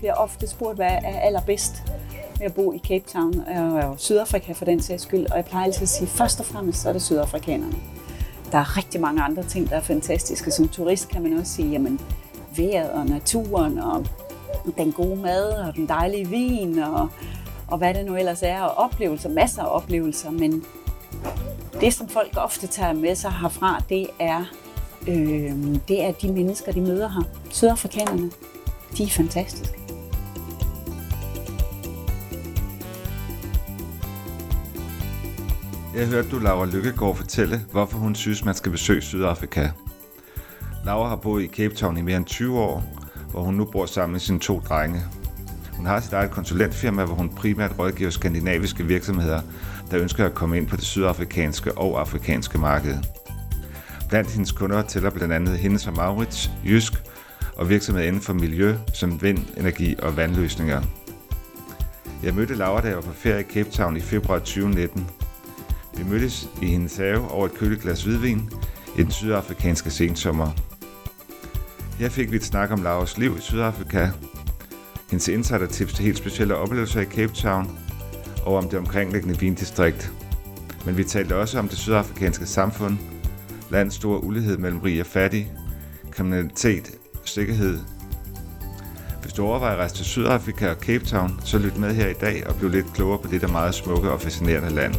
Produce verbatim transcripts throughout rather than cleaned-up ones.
bliver ofte spurgt, hvad er allerbedst med at bo i Cape Town og Sydafrika for den sags skyld. Og jeg plejer altid at sige, først og fremmest så er det sydafrikanerne. Der er rigtig mange andre ting, der er fantastiske. Som turist kan man også sige, jamen vejret og naturen og den gode mad og den dejlige vin og, og hvad det nu ellers er. Og oplevelser, masser af oplevelser. Men det, som folk ofte tager med sig herfra, det er, øh, det er de mennesker, de møder her. Sydafrikanerne, de er fantastiske. Jeg hørte du Laura Lykkegaard fortælle, hvorfor hun synes, man skal besøge Sydafrika. Laura har boet i Cape Town i mere end tyve år, hvor hun nu bor sammen med sine to drenge. Hun har sit eget konsulentfirma, hvor hun primært rådgiver skandinaviske virksomheder, der ønsker at komme ind på det sydafrikanske og afrikanske marked. Blandt hendes kunder tæller blandt andet Hennes og Mauritz, Jysk og virksomheder inden for miljø, som vind, energi og vandløsninger. Jeg mødte Laura, da jeg var på ferie i Cape Town i februar tyve nitten. Vi mødtes i hendes have over et køligt glas hvidvin i den sydafrikanske sensommer. Her fik vi et snak om Lauras liv i Sydafrika, hendes insider-tips til helt specielle oplevelser i Cape Town og om det omkringliggende vindistrikt. Men vi talte også om det sydafrikanske samfund, landets store ulighed mellem rig og fattig, kriminalitet, sikkerhed. Hvis du overvejer at rejse til Sydafrika og Cape Town, så lyt med her i dag og bliv lidt klogere på dette meget smukke og fascinerende land.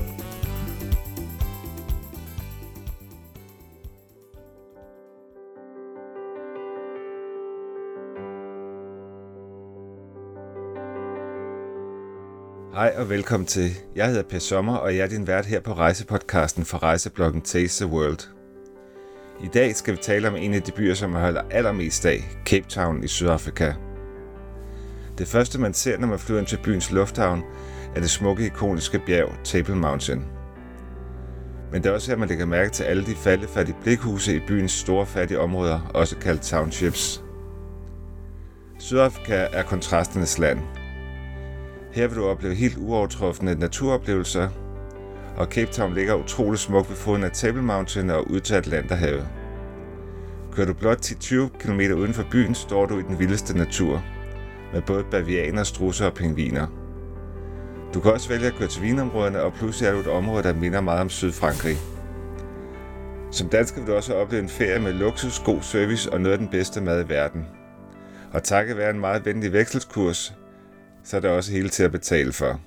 Hej og velkommen til. Jeg hedder Per Sommer, og jeg er din vært her på rejsepodcasten fra rejsebloggen Taste the World. I dag skal vi tale om en af de byer, som jeg holder allermest af, Cape Town i Sydafrika. Det første, man ser, når man flyver ind til byens lufthavn, er det smukke, ikoniske bjerg Table Mountain. Men det er også her, man lægger mærke til alle de faldefærdige blikhuse i byens store fattige områder, også kaldt townships. Sydafrika er kontrasternes land. Her vil du opleve helt uovertruffende naturoplevelser, og Cape Town ligger utroligt smukt ved foden af Table Mountain og ud til Atlanterhavet. Kører du blot ti til tyve kilometer uden for byen, står du i den vildeste natur, med både bavianer, strudser og pingviner. Du kan også vælge at køre til vinområderne, og pludselig er du et område, der minder meget om Sydfrankrig. Som dansker vil du også opleve en ferie med luksus, god service og noget af den bedste mad i verden. Og takket være en meget venlig vekselskurs, så er der også hele til at betale for.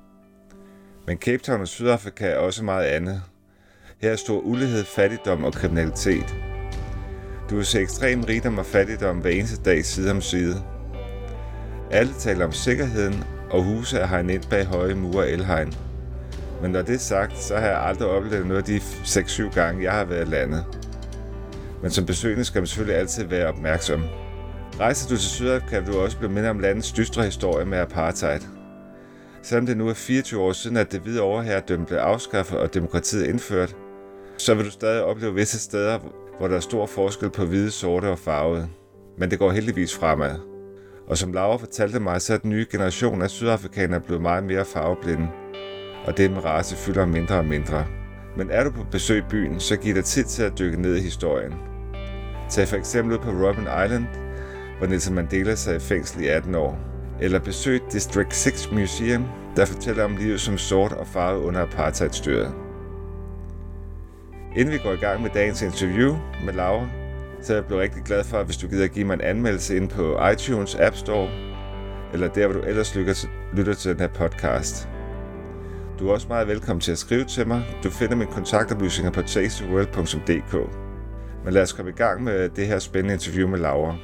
Men Cape Town og Sydafrika er også meget andet. Her er stor ulighed, fattigdom og kriminalitet. Du vil se ekstrem rigdom og fattigdom hver eneste dag side om side. Alle taler om sikkerheden, og huse er hegnet ind bag høje mure og elhegn. Men når det er sagt, så har jeg aldrig oplevet noget af de seks syv gange, jeg har været i landet. Men som besøgende skal man selvfølgelig altid være opmærksom. Rejser du til Sydafrika, vil du også blive mindre om landets dystre historie med apartheid. Selvom det nu er fireogtyve år siden, at det hvide overherredømme blev afskaffet og demokratiet indført, så vil du stadig opleve visse steder, hvor der er stor forskel på hvide, sorte og farvede. Men det går heldigvis fremad. Og som Laura fortalte mig, så er den nye generation af sydafrikanere blevet meget mere farveblinde, og det med race fylder mindre og mindre. Men er du på besøg i byen, så giver dig tid til at dykke ned i historien. Tag for eksempel ud på Robben Island, hvor Nelson Mandela sad i fængsel i atten år. Eller besøg District seks Museum, der fortæller om livet som sort og farvet under apartheidstyret. Inden vi går i gang med dagens interview med Laura, så er jeg blevet rigtig glad for, hvis du gider at give mig en anmeldelse inde på iTunes App Store, eller der, hvor du ellers lytter til den her podcast. Du er også meget velkommen til at skrive til mig. Du finder mine kontaktoplysninger på taste the world punktum d k. Men lad os komme i gang med det her spændende interview med Laura.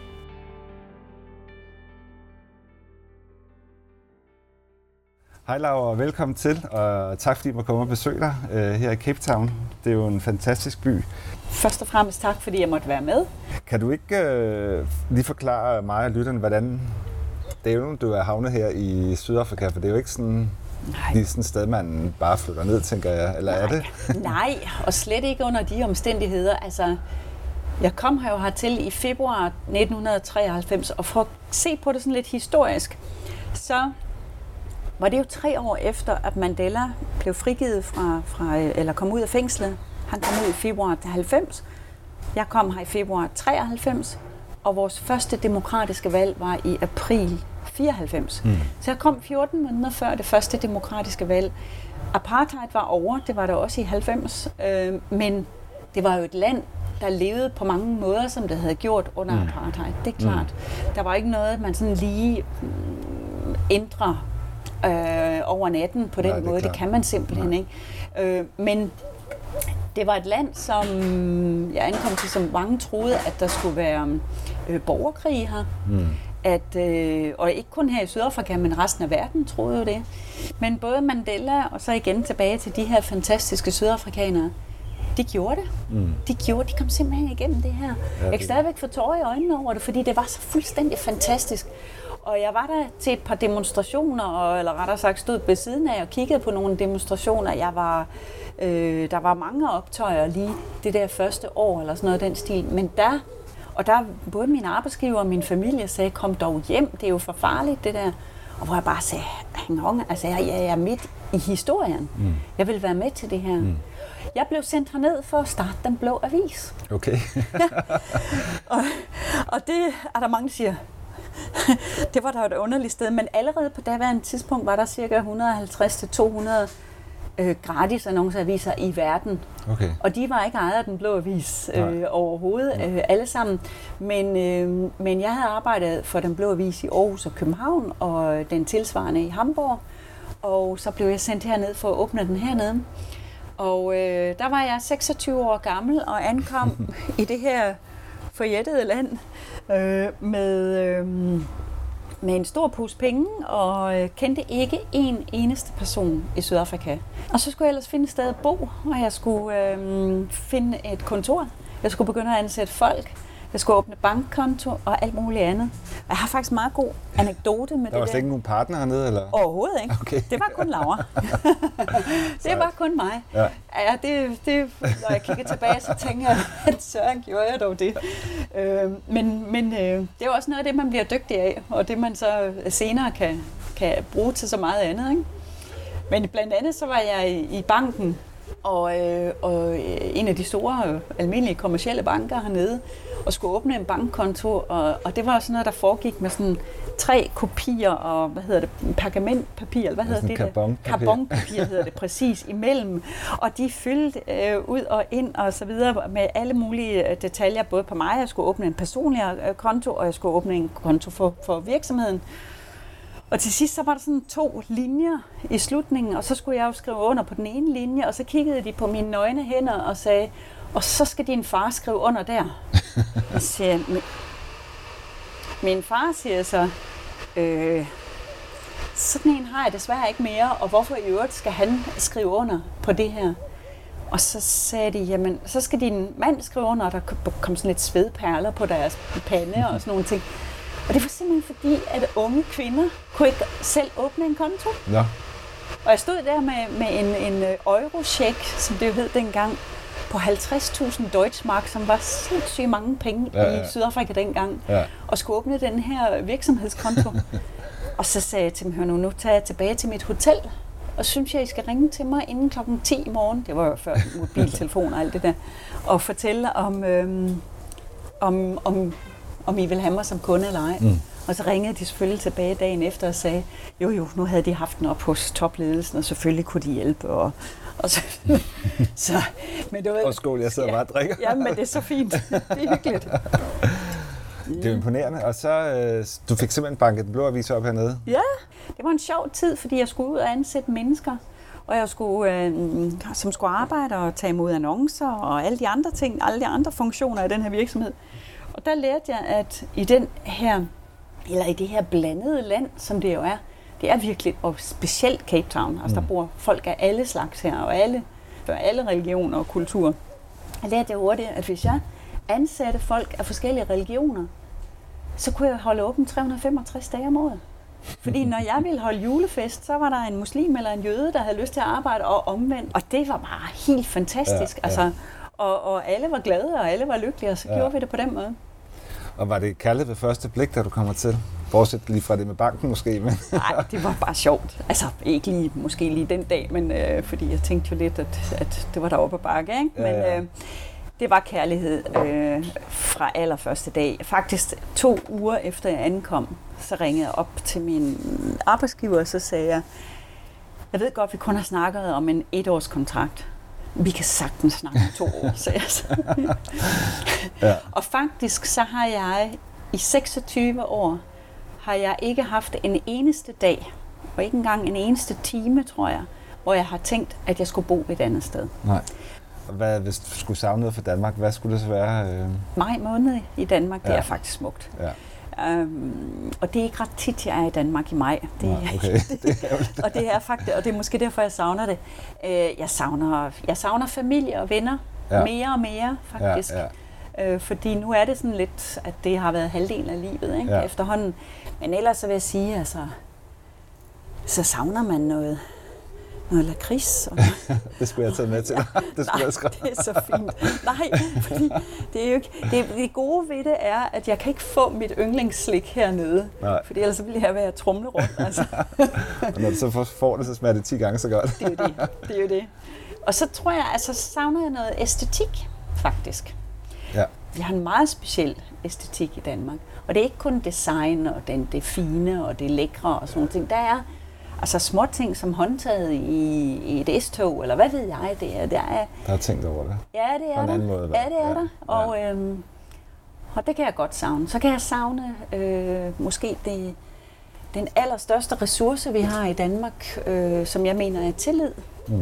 Hej Laura, og velkommen til, og tak fordi jeg må komme og besøge dig øh, her i Cape Town. Det er jo en fantastisk by. Først og fremmest tak, fordi jeg måtte være med. Kan du ikke øh, lige forklare mig og lytterne, hvordan det er jo, du er havnet her i Sydafrika, for det er jo ikke sådan, lige sådan et sted, man bare flytter ned, tænker jeg, eller Nej. er det? Nej, og slet ikke under de omstændigheder. Altså, jeg kom her jo hertil i februar nitten treoghalvfems, og for at se på det sådan lidt historisk, så var det jo tre år efter, at Mandela blev frigivet fra, fra eller kom ud af fængslet. Han kom ud i februar halvfems. Jeg kom her i februar treoghalvfems, og vores første demokratiske valg var i april fireoghalvfems. Mm. Så jeg kom fjorten måneder før det første demokratiske valg. Apartheid var over, det var der også i halvfems, øh, men det var jo et land, der levede på mange måder, som det havde gjort under mm. apartheid. Det er klart. Mm. Der var ikke noget, man sådan lige mm, ændrer øh, over natten på den Nej, måde. Det, det kan man simpelthen Nej. ikke. Øh, men det var et land, som jeg ankom til, som mange troede, at der skulle være øh, borgerkrig her. Mm. At, øh, og ikke kun her i Sydafrika, men resten af verden troede jo det. Men både Mandela og så igen tilbage til de her fantastiske sydafrikanere, de gjorde det. Mm. De gjorde, de kom simpelthen igennem det her. Ja, jeg kan stadigvæk få tårer i øjnene over det, fordi det var så fuldstændig fantastisk. Og jeg var der til et par demonstrationer, eller rettere sagt stod ved siden af og kiggede på nogle demonstrationer. Jeg var, øh, der var mange optøjer lige det der første år, eller sådan noget af den stil. Men der, og der både min arbejdsgiver og min familie sagde, kom dog hjem, det er jo for farligt det der. Og hvor jeg bare sagde, hang on, altså jeg, jeg er midt i historien. Mm. Jeg vil være med til det her. Mm. Jeg blev sendt herned for at starte Den Blå Avis. Okay. og, og det er der mange, der siger, det var da et underligt sted, men allerede på daværende tidspunkt var der cirka et hundrede og halvtreds til to hundrede øh, gratis annonceaviser i verden. Okay. Og de var ikke ejet af Den Blå Avis øh, overhovedet, øh, alle sammen. Men, øh, men jeg havde arbejdet for Den Blå Avis i Aarhus og København, og den tilsvarende i Hamburg. Og så blev jeg sendt herned for at åbne den hernede. Og øh, der var jeg seksogtyve år gammel og ankom i det her forjættede land øh, med, øh, med en stor pose penge og øh, kendte ikke en eneste person i Sydafrika. Og så skulle jeg ellers finde et sted at bo, og jeg skulle øh, finde et kontor. Jeg skulle begynde at ansætte folk. Jeg skulle åbne bankkonto og alt muligt andet. Og jeg har faktisk en meget god anekdote med det der. Der var slet ikke nogen partner hernede, eller? Overhovedet ikke. Okay. Det var kun Laura. Det var kun mig. Ja. Ja, det, det, når jeg kigger tilbage, så tænker jeg, at Søren gjorde jeg dog det. Øh, men men øh, det er jo også noget af det, man bliver dygtig af, og det man så senere kan, kan bruge til så meget andet. Ikke? Men blandt andet så var jeg i, i banken, og, øh, og en af de store øh, almindelige kommercielle banker hernede, og skulle åbne en bankkonto, og, og det var sådan noget, der foregik med sådan tre kopier og, hvad hedder det, pergamentpapir, eller hvad hedder det? Karbonpapir. Karbonpapir hedder det præcis, imellem. Og de fyldte øh, ud og ind og så videre med alle mulige detaljer, både på mig, jeg skulle åbne en personlig øh, konto, og jeg skulle åbne en konto for, for virksomheden. Og til sidst så var der sådan to linjer i slutningen, og så skulle jeg jo skrive under på den ene linje, og så kiggede de på mine nøgne hænder og sagde, og så skal din far skrive under der. Jeg siger, min, min far siger så, øh, sådan en har jeg desværre ikke mere, og hvorfor i øvrigt skal han skrive under på det her? Og så sagde de, jamen, så skal din mand skrive under, og der kom sådan lidt svedperler på deres pande og sådan nogle ting. Og det var simpelthen fordi, at unge kvinder kunne ikke selv åbne en konto. Ja. Og jeg stod der med, med en, en euro-check, som det jo hed dengang, på halvtreds tusind Deutschmark, som var sindssygt mange penge ja, ja. i Sydafrika dengang, ja. og skulle åbne den her virksomhedskonto. Og så sagde jeg til dem, hør nu, nu tager jeg tilbage til mit hotel, og synes jeg, I skal ringe til mig inden klokken ti i morgen, det var jo før mobiltelefon og alt det der, og fortælle om, øhm, om, om, om I vil have mig som kunde eller ej. Mm. Og så ringede de selvfølgelig tilbage dagen efter og sagde, jo jo, nu havde de haft den op hos topledelsen, og selvfølgelig kunne de hjælpe. Og, og så, så, men det var, og skål, jeg sidder ja, bare og drikker. Ja, men det er så fint. Det er hyggeligt. Det er imponerende. Og så, øh, du fik simpelthen banket Den Blå Avis op hernede? Ja, det var en sjov tid, fordi jeg skulle ud og ansætte mennesker. Og jeg skulle, øh, som skulle arbejde og tage imod annoncer og alle de andre ting, alle de andre funktioner i den her virksomhed. Og der lærte jeg, at i den her, eller i det her blandede land, som det jo er, det er virkelig, og specielt Cape Town, altså der bor folk af alle slags her, og alle, alle religioner og kulturer. Jeg lærte jeg hurtigt, at hvis jeg ansatte folk af forskellige religioner, så kunne jeg holde åben tre hundrede og femogtres dage om året. Fordi når jeg ville holde julefest, så var der en muslim eller en jøde, der havde lyst til at arbejde, og omvendt. Og det var bare helt fantastisk. Ja, ja. Altså, og, og alle var glade, og alle var lykkelige, og så ja. gjorde vi det på den måde. Og var det kærlighed ved første blik, da du kommer til? Bortset lige fra det med banken måske, men... Nej, det var bare sjovt. Altså, ikke lige, måske lige den dag, men øh, fordi jeg tænkte jo lidt, at, at det var deroppe ad bakke, ikke? Men, ja, ja. Øh, Det var kærlighed øh, fra allerførste dag. Faktisk to uger efter jeg ankom, så ringede jeg op til min arbejdsgiver, og så sagde jeg, jeg ved godt, vi kun har snakket om en etårskontrakt. Vi kan sagtens snakke om to år, sagde jeg så. Ja. Og faktisk så har jeg i seksogtyve år, har jeg ikke haft en eneste dag, og ikke engang en eneste time, tror jeg, hvor jeg har tænkt, at jeg skulle bo et andet sted. Nej. Hvad, hvis du skulle savne noget fra Danmark, hvad skulle det så være? Øh... Maj måned i Danmark, det ja. er faktisk smukt. Ja. Um, og det er ikke ret tit, jeg er i Danmark i maj. Det, ja, okay. det er og det er faktisk, og det er måske derfor, jeg savner det. Uh, jeg savner, jeg savner familie og venner ja. mere og mere, faktisk. Ja, ja. Uh, fordi nu er det sådan lidt, at det har været halvdelen af livet, ikke? Ja. Efterhånden. Men ellers så vil jeg sige, altså, så savner man noget. Noget lakrids. Det skulle jeg tage med til dig. Det skulle Nej, jeg skrive. Det er så fint. Nej, fordi det er jo ikke... Det, det gode ved det er, at jeg kan ikke få mit yndlingsslik hernede. Nej. Fordi ellers ville jeg være trumle rundt. Altså. Og når du så får det, så smager det ti gange så godt. Det er jo det. Det er jo det. Og så tror jeg, altså savner jeg noget æstetik, faktisk. Ja. Vi har en meget speciel æstetik i Danmark. Og det er ikke kun design og den, det fine og det lækre og sådan noget ting. Der er altså små ting som håndtaget i, i et S-tog, eller hvad ved jeg, det er. Der er, der er tænkt over det. Ja, det er der. Måde, ja, det er ja. der. Og, ja. øhm, og det kan jeg godt savne. Så kan jeg savne øh, måske det, den allerstørste ressource, vi har i Danmark, øh, som jeg mener er tillid. Mm.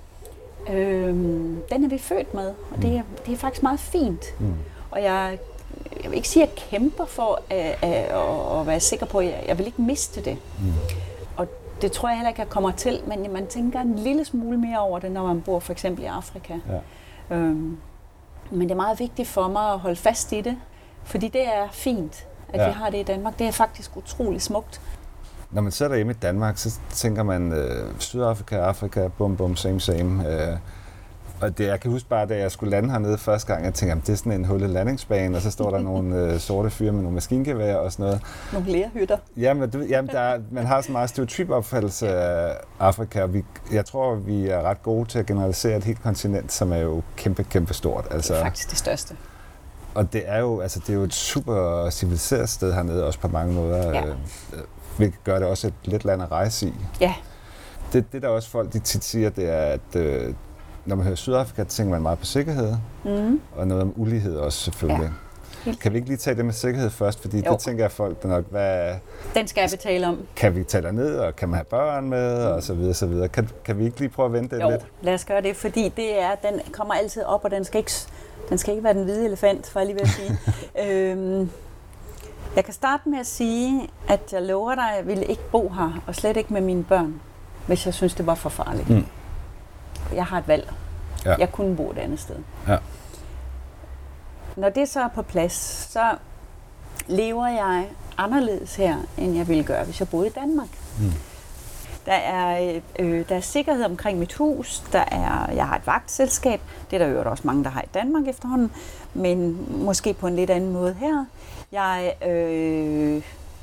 Øh, den er vi født med, og det er, det er faktisk meget fint. Mm. Og jeg, jeg vil ikke sige, at jeg kæmper for at, at, at, at være sikker på, at jeg, jeg vil ikke miste det. Mm. Og det tror jeg heller ikke, jeg kommer til, men man tænker en lille smule mere over det, når man bor for eksempel i Afrika. Ja. Øhm, men det er meget vigtigt for mig at holde fast i det, fordi det er fint, at ja. vi har det i Danmark. Det er faktisk utrolig smukt. Når man sidder hjemme i Danmark, så tænker man øh, Sydafrika, Afrika, bum bum, same same. Øh, og det, jeg kan huske bare, da jeg skulle lande hernede første gang, jeg tænkte, det er sådan en hullet landingsbane, og så står der nogle øh, sorte fyre med nogle maskingevær og sådan noget. Nogle lerhytter. Jamen, du, jamen der er, man har sådan en meget stereotyp opfattelse af Afrika, og vi, jeg tror, vi er ret gode til at generalisere et helt kontinent, som er jo kæmpe, kæmpe stort. Altså, det er faktisk det største. Og det er jo, altså, det er jo et super civiliseret sted hernede, også på mange måder. Ja. Øh, hvilket gør det også et let land at rejse i. Ja. Det, det der også folk de tit siger, det er, at øh, når man hører Sydafrika, tænker man meget på sikkerhed, mm. og noget om ulighed også selvfølgelig. Ja. Kan vi ikke lige tage det med sikkerhed først, fordi jo. Det tænker jeg folk nok, hvad... Den skal jeg betale om. Kan vi tage ned, og kan man have børn med, og så videre, så videre. Kan, kan vi ikke lige prøve at vente det jo, lidt? Jo, lad os gøre det, fordi det er, den kommer altid op, og den skal ikke, den skal ikke være den hvide elefant, for jeg lige vil sige. øhm, jeg kan starte med at sige, at jeg lover dig, at jeg ville ikke bo her, og slet ikke med mine børn, hvis jeg synes, det var for farligt. Mm. Jeg har et valg. Ja. Jeg kunne bo et andet sted. Ja. Når det så er på plads, så lever jeg anderledes her, end jeg ville gøre, hvis jeg boede i Danmark. Mm. Der er, øh, der er sikkerhed omkring mit hus. Der er, jeg har et vagtselskab. Det er der jo også mange, der har i Danmark efterhånden. Men måske på en lidt anden måde her. Jeg øh,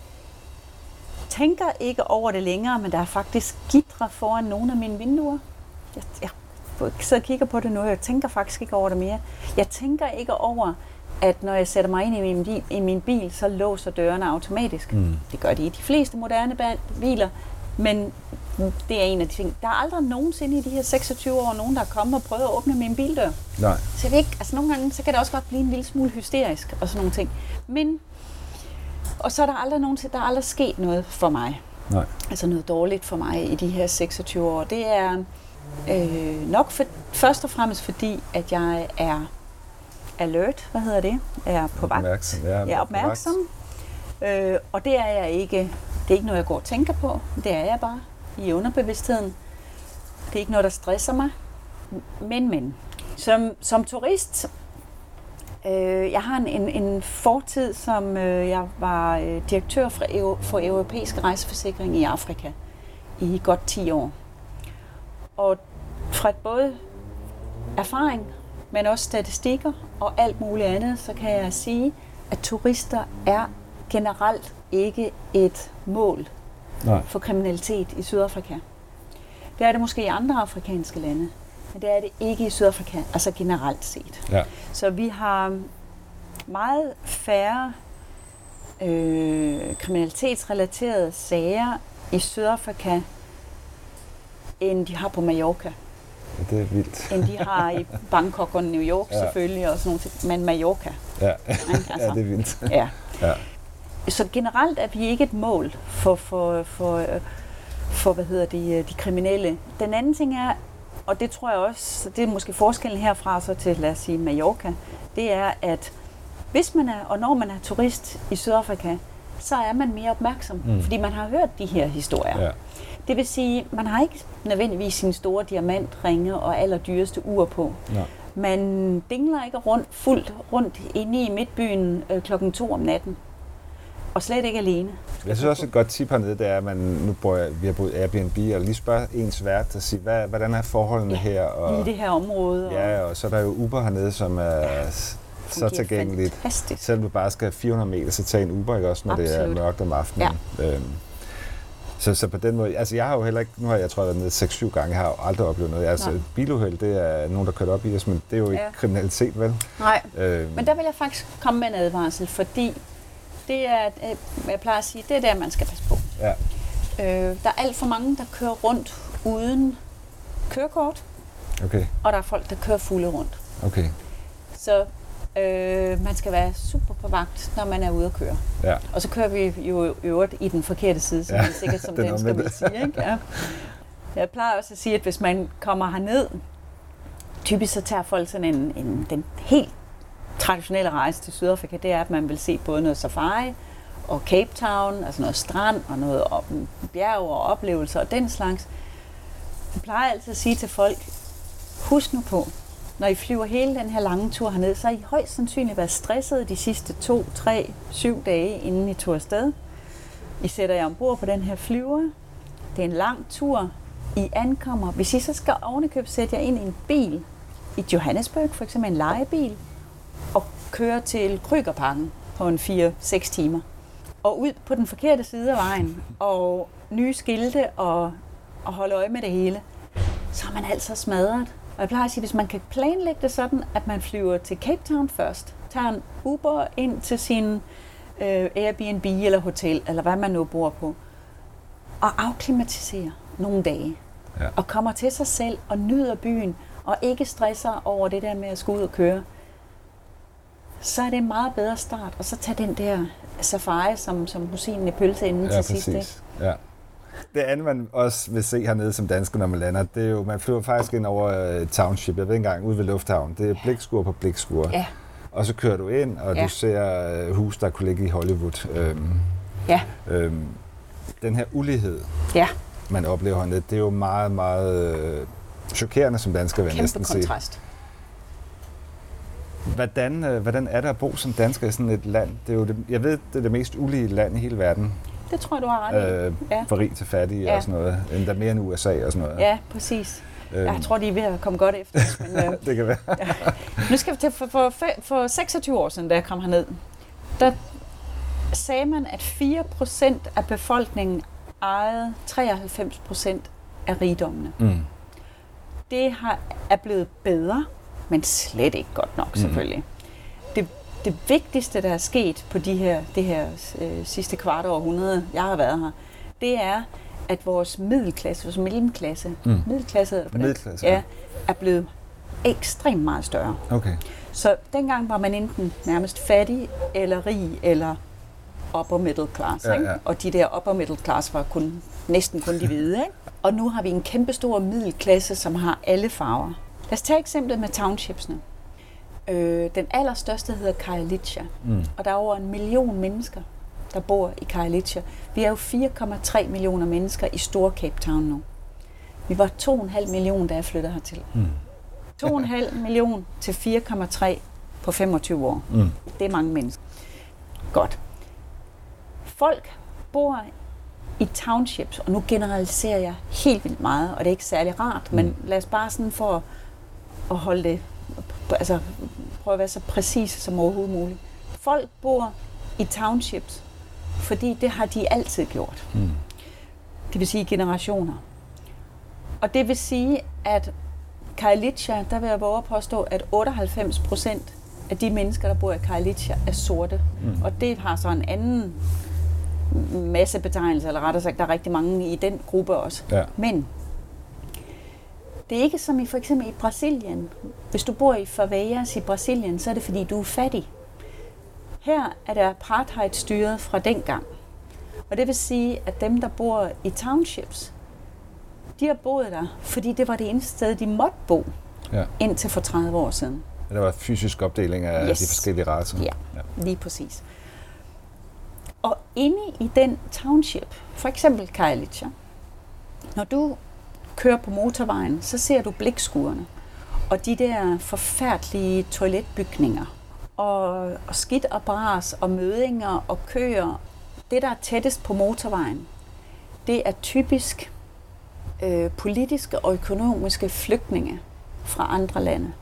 tænker ikke over det længere, men der er faktisk gitre foran nogle af mine vinduer. Jeg, jeg sidder og kigger på det nu, jeg tænker faktisk ikke over det mere. Jeg tænker ikke over, at når jeg sætter mig ind i min bil, i min bil så låser dørene automatisk. Mm. Det gør de i de fleste moderne biler, men det er en af de ting. Der er aldrig nogensinde i de her seksogtyve år nogen, der er kommet og prøvet at åbne min bildør. Nej. Så jeg ved ikke, altså nogle gange, så kan det også godt blive en lille smule hysterisk og sådan nogle ting. Men, og så er der aldrig nogensinde, der er aldrig sket noget for mig. Nej. Altså noget dårligt for mig i de her seksogtyve år. Det er øh, nok for, først og fremmest fordi, at jeg er alert, hvad hedder det? Er på vagt. Opmærksom. Ja, jeg er opmærksom. Øh, og det er jeg ikke, det er ikke noget, jeg går og tænker på. Det er jeg bare i underbevidstheden. Det er ikke noget, der stresser mig. Men, men. Som, som turist, øh, jeg har en, en, en fortid, som øh, jeg var øh, direktør for, Euro, for europæisk rejseforsikring i Afrika i godt ti år. Og fra et både erfaring, men også statistikker og alt muligt andet, så kan jeg sige, at turister er generelt ikke et mål Nej. for kriminalitet i Sydafrika. Det er det måske i andre afrikanske lande. men det er det ikke i Sydafrika, altså generelt set. Ja. Så vi har meget færre øh, kriminalitetsrelaterede sager i Sydafrika, end de har på Mallorca. Ja, det er vildt. End de har i Bangkok og New York ja. selvfølgelig, og sådan noget, men Mallorca. Ja, altså, ja det er vildt. Ja. Ja. Så generelt er vi ikke et mål for, for, for, for hvad hedder det, de kriminelle. Den anden ting er, og det tror jeg også, det er måske forskellen herfra så til, lad os sige, Mallorca, det er, at hvis man er, og når man er turist i Sydafrika, så er man mere opmærksom, mm. fordi man har hørt de her historier. Ja. Det vil sige, man har ikke nødvendigvis sine store diamantringe og allerdyreste ur på. Ja. Man dingler ikke rundt, fuldt rundt inde i midtbyen øh, klokken to om natten. Og slet ikke alene. Jeg synes også et godt tip hernede, det er, at man, nu bor jeg, vi har boet Airbnb, og lige spørge ens vært og sige, hvad, hvordan er forholdene ja, her? Og, i det her område. Og ja, og så er der jo Uber hernede, som er ja, så tilgængeligt. Fantastisk. Selvom du bare skal fire hundrede meter, så tag en Uber, ikke også, når Absolut. Det er mørkt om aftenen. Ja. Øhm, så, så på den måde, altså jeg har jo heller ikke, nu har jeg tror jeg været nede seks syv gange, jeg har jo aldrig oplevet noget. Altså biluheld, det er nogen, der kørt op i os, men det er jo ikke ja. kriminalitet, vel? Nej, øhm. men der vil jeg faktisk komme med en advarsel, fordi det er, jeg plejer at sige, det er der, man skal passe på. Ja. Øh, der er alt for mange, der kører rundt uden kørekort, okay. og der er folk, der kører fulde rundt. Okay. Så øh, man skal være super på vagt, når man er ude at køre. Ja. Og så kører vi jo øvrigt i den forkerte side, som ja. man sikkert som dansker vil sige. Ikke? Ja. Jeg plejer også at sige, at hvis man kommer herned, typisk så tager folk sådan en, en den helt traditionelle rejse til Sydafrika, det er, at man vil se både noget safari og Cape Town, altså noget strand og noget op, bjerg og oplevelser og den slags. Jeg plejer altid at sige til folk, husk nu på, når I flyver hele den her lange tur herned, så har I højst sandsynligt været stresset de sidste to, tre, syv dage, inden I tog afsted. I sætter jer ombord på den her flyver. Det er en lang tur. I ankommer. Hvis I så skal ovenikøb sætte jer ind i en bil, i Johannesburg for eksempel en lejebil, og køre til Krügerparken på en fire seks timer. Og ud på den forkerte side af vejen, og nye skilte og, og holde øje med det hele, så er man altså smadret. Og jeg plejer at sige, hvis man kan planlægge det sådan, at man flyver til Cape Town først, tager en Uber ind til sin øh, Airbnb eller hotel, eller hvad man nu bor på, og afklimatiserer nogle dage, ja. og kommer til sig selv og nyder byen, og ikke stresser over det der med at skulle ud og køre, så er det en meget bedre start. Og så tage den der safari som, som rosinen i pølseenden ja, til sidst. Ikke? Ja. Det andet, man også vil se hernede som dansker, når man lander, det er jo, man flyver faktisk ind over uh, Township, jeg ved ikke engang, ude ved Lufthavn. Det er blikskur på blikskur. Ja. Og så kører du ind, og ja. du ser uh, hus, der kunne ligge i Hollywood. Øhm, ja. øhm, den her ulighed, ja. man oplever hernede, det er jo meget, meget øh, chokerende som dansker, vil jeg næsten sige. Kæmpe kontrast. Hvordan, øh, hvordan er det at bo som dansker i sådan et land? Det er jo det, jeg ved, det er det mest ulige land i hele verden. Det tror jeg, du har ret i. Øh, ja. For rig til fattig ja. og sådan noget. Endda mere end U S A og sådan noget. Ja, præcis. Øhm. Jeg tror, de er ved at komme godt efter. Men, øh, det kan være. Ja. Nu skal vi til, for, for, for seksogtyve år siden, da jeg kom herned, der sagde man, at fire procent af befolkningen ejede treoghalvfems procent af rigdommene. Mm. Det har, er blevet bedre, men slet ikke godt nok, selvfølgelig. Mm. Det, det vigtigste, der er sket på de her, det her øh, sidste kvart århundrede, jeg har været her, det er, at vores middelklasse, vores mellemklasse, mm. middelklasse, middelklasse ja, er blevet ekstremt meget større. Okay. Så dengang var man enten nærmest fattig, eller rig, eller upper middle class. Ja, ja. Og de der upper middle class var kun, næsten kun de hvide. Ikke? Og nu har vi en kæmpestor middelklasse, som har alle farver. Lad os tage eksemplet med townshipsene. Øh, den allerstørste hedder Khayelitsha, mm. og der er over en million mennesker, der bor i Khayelitsha. Vi er jo fire komma tre millioner mennesker i store Cape Town nu. Vi var to komma fem millioner, da jeg flyttede hertil. Mm. to komma fem millioner til fire komma tre på femogtyve år. Mm. Det er mange mennesker. Godt. Folk bor i townships, og nu generaliserer jeg helt vildt meget, og det er ikke særlig rart, mm. men lad os bare sådan for at holde det, altså prøve at være så præcis som overhovedet muligt. Folk bor i townships, fordi det har de altid gjort. Mm. Det vil sige generationer. Og det vil sige, at Khayelitsha, der vil jeg våge at påstå, at otteoghalvfems procent af de mennesker, der bor i Khayelitsha, er sorte. Mm. Og det har så en anden masse betegnelser, eller rettere sagt, der er rigtig mange i den gruppe også. Ja. Men det er ikke som i for eksempel i Brasilien. Hvis du bor i favelas i Brasilien, så er det fordi, du er fattig. Her er der apartheid-styret fra dengang. Og det vil sige, at dem, der bor i townships, de har boet der, fordi det var det eneste sted, de måtte bo, ja. Indtil for tredive år siden. Der var fysisk opdeling af yes. de forskellige racer. Ja, ja, lige præcis. Og inde i den township, for eksempel Khayelitsha, når du kører på motorvejen, så ser du blikskuerne og de der forfærdelige toiletbygninger og, og skidt og bras og mødinger og køer. Det, der er tættest på motorvejen, det er typisk øh, politiske og økonomiske flygtninge fra andre lande.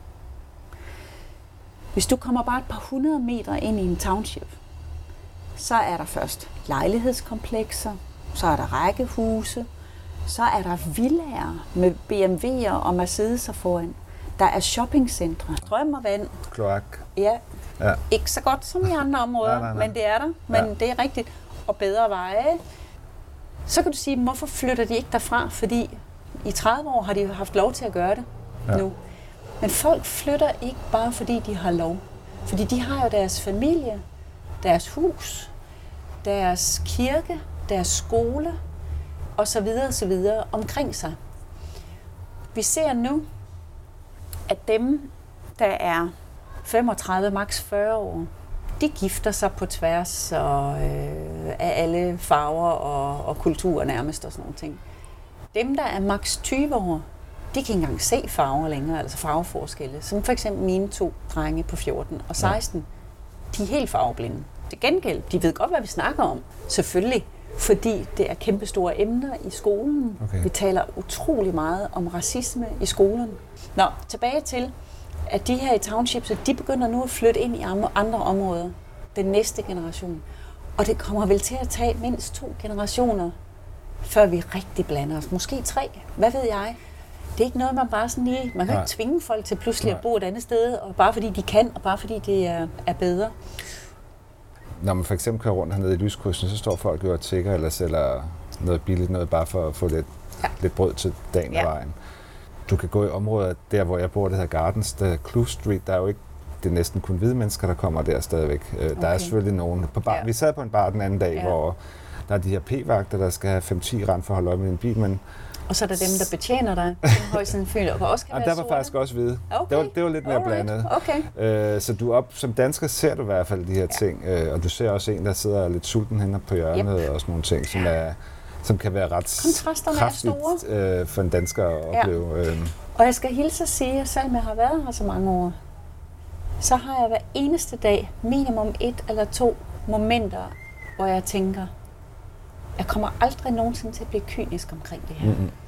Hvis du kommer bare et par hundrede meter ind i en township, så er der først lejlighedskomplekser, så er der rækkehuse, så er der villaer med B M W'er og Mercedes'er foran. Der er shoppingcentre, strøm og vand. Kloak. Ja. ja, ikke så godt som i andre områder, nej, nej, nej. Men det er der. Men ja. Det er rigtigt. Og bedre veje. Så kan du sige, hvorfor flytter de ikke derfra? Fordi i tredive år har de haft lov til at gøre det ja. Nu. Men folk flytter ikke bare fordi de har lov. Fordi de har jo deres familie, deres hus, deres kirke, deres skole og så videre og så videre omkring sig. Vi ser nu, at dem, der er femogtredive, maks fyrre år, de gifter sig på tværs og, øh, af alle farver og, og kulturer nærmest og sådan nogle ting. Dem, der er maks tyve år, de kan ikke engang se farver længere, altså farveforskelle. Som for eksempel mine to drenge på fjorten og seksten. Ja. De er helt farveblinde. Til gengæld, de ved godt, hvad vi snakker om. Selvfølgelig, fordi det er kæmpestore emner i skolen. Okay. Vi taler utrolig meget om racisme i skolen. Nå, tilbage til, at de her i townships, de begynder nu at flytte ind i andre områder. Den næste generation. Og det kommer vel til at tage mindst to generationer, før vi rigtig blander os. Måske tre. Hvad ved jeg? Det er ikke noget, man bare sådan lige... Man kan Nej. Ikke tvinge folk til pludselig Nej. At bo et andet sted, og bare fordi de kan, og bare fordi det er, er bedre. Når man for eksempel kører rundt hernede i lyskrydsen, så står folk jo og tigger eller sælger noget billigt, noget bare for at få lidt, ja. lidt brød til dagen ja. Og vejen. Du kan gå i områder, der hvor jeg bor, det hedder Gardens, der Kloof Street, der er jo ikke... Det er næsten kun hvide mennesker, der kommer der stadigvæk. Okay. Der er selvfølgelig nogen. På bar, ja. Vi sad på en bar den anden dag, ja. Hvor der er de her p-vagter, der skal have fem ti rand for at holde øje med en bil, men... Og så er der dem, der betjener dig, højst sandsynligt, og også kan være der var sorte. Faktisk også hvide. Okay. Det, var, det var lidt mere Alright. Blandet. Okay. Øh, så du op, som dansker ser du i hvert fald de her ja. Ting, øh, og du ser også en, der sidder lidt sulten henne på hjørnet yep. og sådan nogle ting, som, er, som kan være ret kraftigt øh, for en dansker at opleve. Ja. Øh. Og jeg skal hilse at sige, at selvom jeg har været her så mange år, så har jeg hver eneste dag minimum et eller to momenter, hvor jeg tænker, jeg kommer aldrig nogensinde til at blive kynisk omkring det her. Mm-hmm.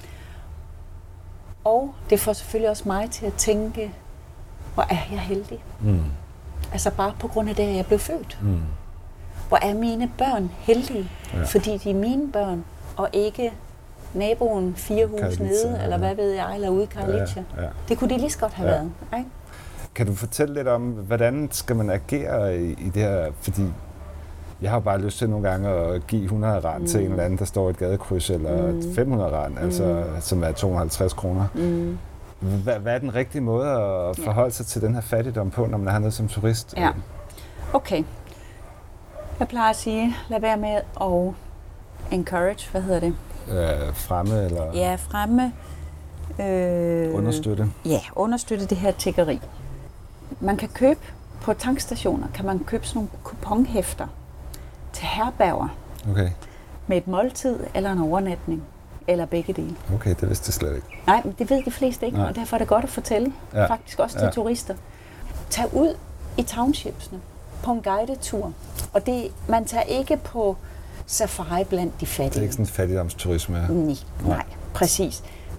Og det får selvfølgelig også mig til at tænke, hvor er jeg heldig? Mm. Altså bare på grund af det, at jeg blev født. Mm. Hvor er mine børn heldige? Ja. Fordi de er mine børn, og ikke naboen fire hus nede, ja. Eller hvad ved jeg, eller ude i Khayelitsha. Ja, ja. Det kunne de lige så godt have ja. Været. Ikke? Kan du fortælle lidt om, hvordan skal man agere i, i det her? Fordi jeg har bare lyst til nogle gange at give hundrede rand mm. til en eller anden, der står i et gadekryds, eller mm. fem hundrede rand, mm. altså, som er to hundrede og halvtreds kroner. Mm. Hvad, hvad er den rigtige måde at forholde sig til den her fattigdom på, når man er hernede som turist? Ja, okay. Jeg plejer at sige, lad være med at encourage, hvad hedder det? Øh, fremme, eller? Ja, fremme. Øh, understøtte? Ja, understøtte det her tiggeri. Man kan købe, på tankstationer, kan man købe sådan nogle kuponhæfter til herberger. Okay. Med et måltid eller en overnatning, eller begge dele. Okay, det vidste jeg slet ikke. Nej, men det ved de fleste ikke, Nej. Og derfor er det godt at fortælle, ja. Faktisk også til ja. Turister. Tag ud i townshipsene på en guidetur, og det, man tager ikke på safari blandt de fattige. Det er ikke sådan en fattigdomsturisme? Nej, nej, præcis.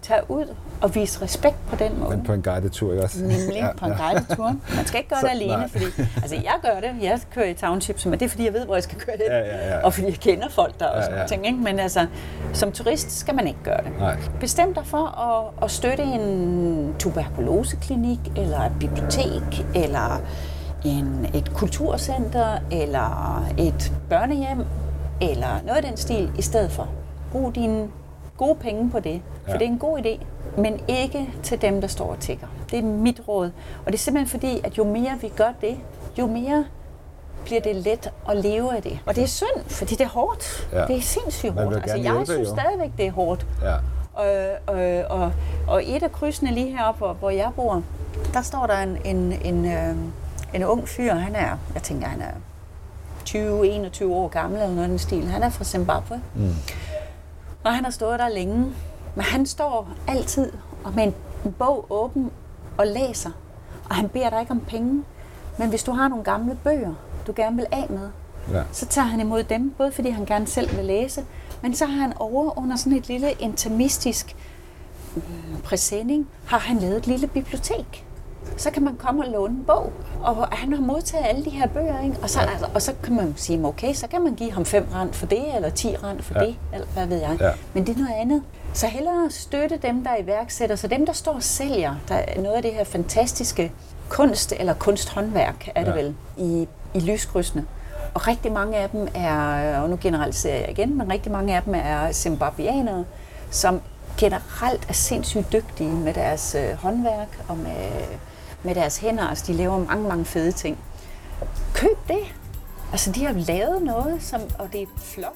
tage ud og vise respekt på den måde. Men på en guided tur, ikke også? Nemlig ja, på en guided tur. Man skal ikke gøre så, det alene, nej. fordi altså, jeg gør det. Jeg kører i townships, men det er fordi, jeg ved, hvor jeg skal køre det. Ja, ja, ja. Og fordi jeg kender folk der og sådan ja, ja. ting. Ikke? Men altså, som turist skal man ikke gøre det. Nej. Bestem dig for at, at støtte en tuberkuloseklinik, eller et bibliotek, eller en, et kulturcenter, eller et børnehjem, eller noget af den stil i stedet for. Brug dine gode penge på det, for ja. det er en god idé, men ikke til dem, der står og tigger. Det er mit råd. Og det er simpelthen fordi, at jo mere vi gør det, jo mere bliver det let at leve af det. Og det er synd, fordi det er hårdt. Ja. Det er sindssygt hårdt. Altså, jeg hjælpe, synes jo. stadigvæk, det er hårdt. Ja. Og, og, og, og et af krydsene lige heroppe, hvor, hvor jeg bor, der står der en, en, en, øh, en ung fyr. Han er, jeg tænker, han er tyve enogtyve år gammel eller noget af den stil. Han er fra Zimbabwe. Mm. Og han har stået der længe. Men han står altid og med en bog åben og læser. Og han beder dig ikke om penge. Men hvis du har nogle gamle bøger, du gerne vil af med, ja. så tager han imod dem. Både fordi han gerne selv vil læse, men så har han over under sådan et lille intimistisk øh, præsending, har han lavet et lille bibliotek. Så kan man komme og låne en bog, og han har modtaget alle de her bøger, ikke? Og, så, ja. altså, og så kan man sige, okay, så kan man give ham fem rand for det, eller ti rand for ja. det, eller hvad ved jeg. Ja. Men det er noget andet. Så hellere støtte dem, der er iværksætter, så dem, der står og sælger, der er noget af det her fantastiske kunst, eller kunsthåndværk, er det ja. vel, i, i lyskrydsene. Og rigtig mange af dem er, og nu generaliserer jeg igen, men rigtig mange af dem er zimbabwianere, som generelt er sindssygt dygtige med deres øh, håndværk og med, med deres hænder. Altså, de laver mange, mange fede ting. Køb det! Altså, de har lavet noget, som, og det er flot.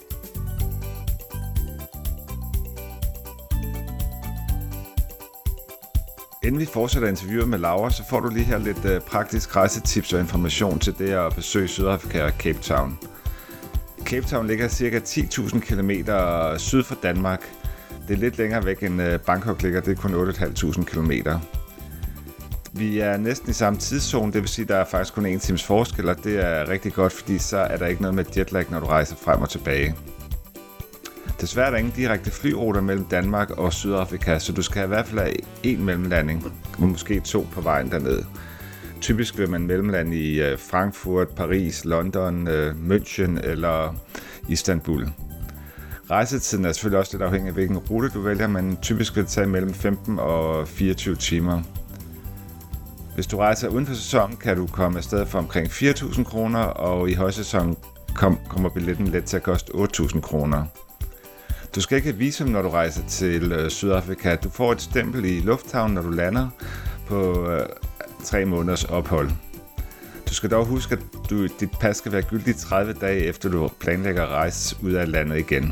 Inden vi fortsætter interviewet med Laura, så får du lige her lidt øh, praktisk rejsetips og information til det at besøge Sydafrika og Cape Town. Cape Town ligger ca. ti tusind kilometer syd for Danmark. Det er lidt længere væk end øh, Bangkok ligger, det er kun otte tusind fem hundrede kilometer. Vi er næsten i samme tidszone, det vil sige, at der er faktisk kun en times forskel, og det er rigtig godt, fordi så er der ikke noget med jetlag, når du rejser frem og tilbage. Desværre er der ingen direkte flyruter mellem Danmark og Sydafrika, så du skal i hvert fald have en mellemlanding, og måske to på vejen dernede. Typisk vil man mellemlande i Frankfurt, Paris, London, München eller Istanbul. Rejsetiden er selvfølgelig også lidt afhængig af, hvilken rute du vælger, men typisk vil det tage mellem femten og fireogtyve timer. Hvis du rejser uden for sæsonen, kan du komme afsted for omkring fire tusind kroner, og i højsæsonen kom, kommer billetten let til at koste otte tusind kroner. Du skal ikke have visum, når du rejser til øh, Sydafrika. Du får et stempel i lufthavnen, når du lander på øh, tre måneders ophold. Du skal dog huske, at du, dit pas skal være gyldigt tredive dage efter du planlægger at rejse ud af landet igen.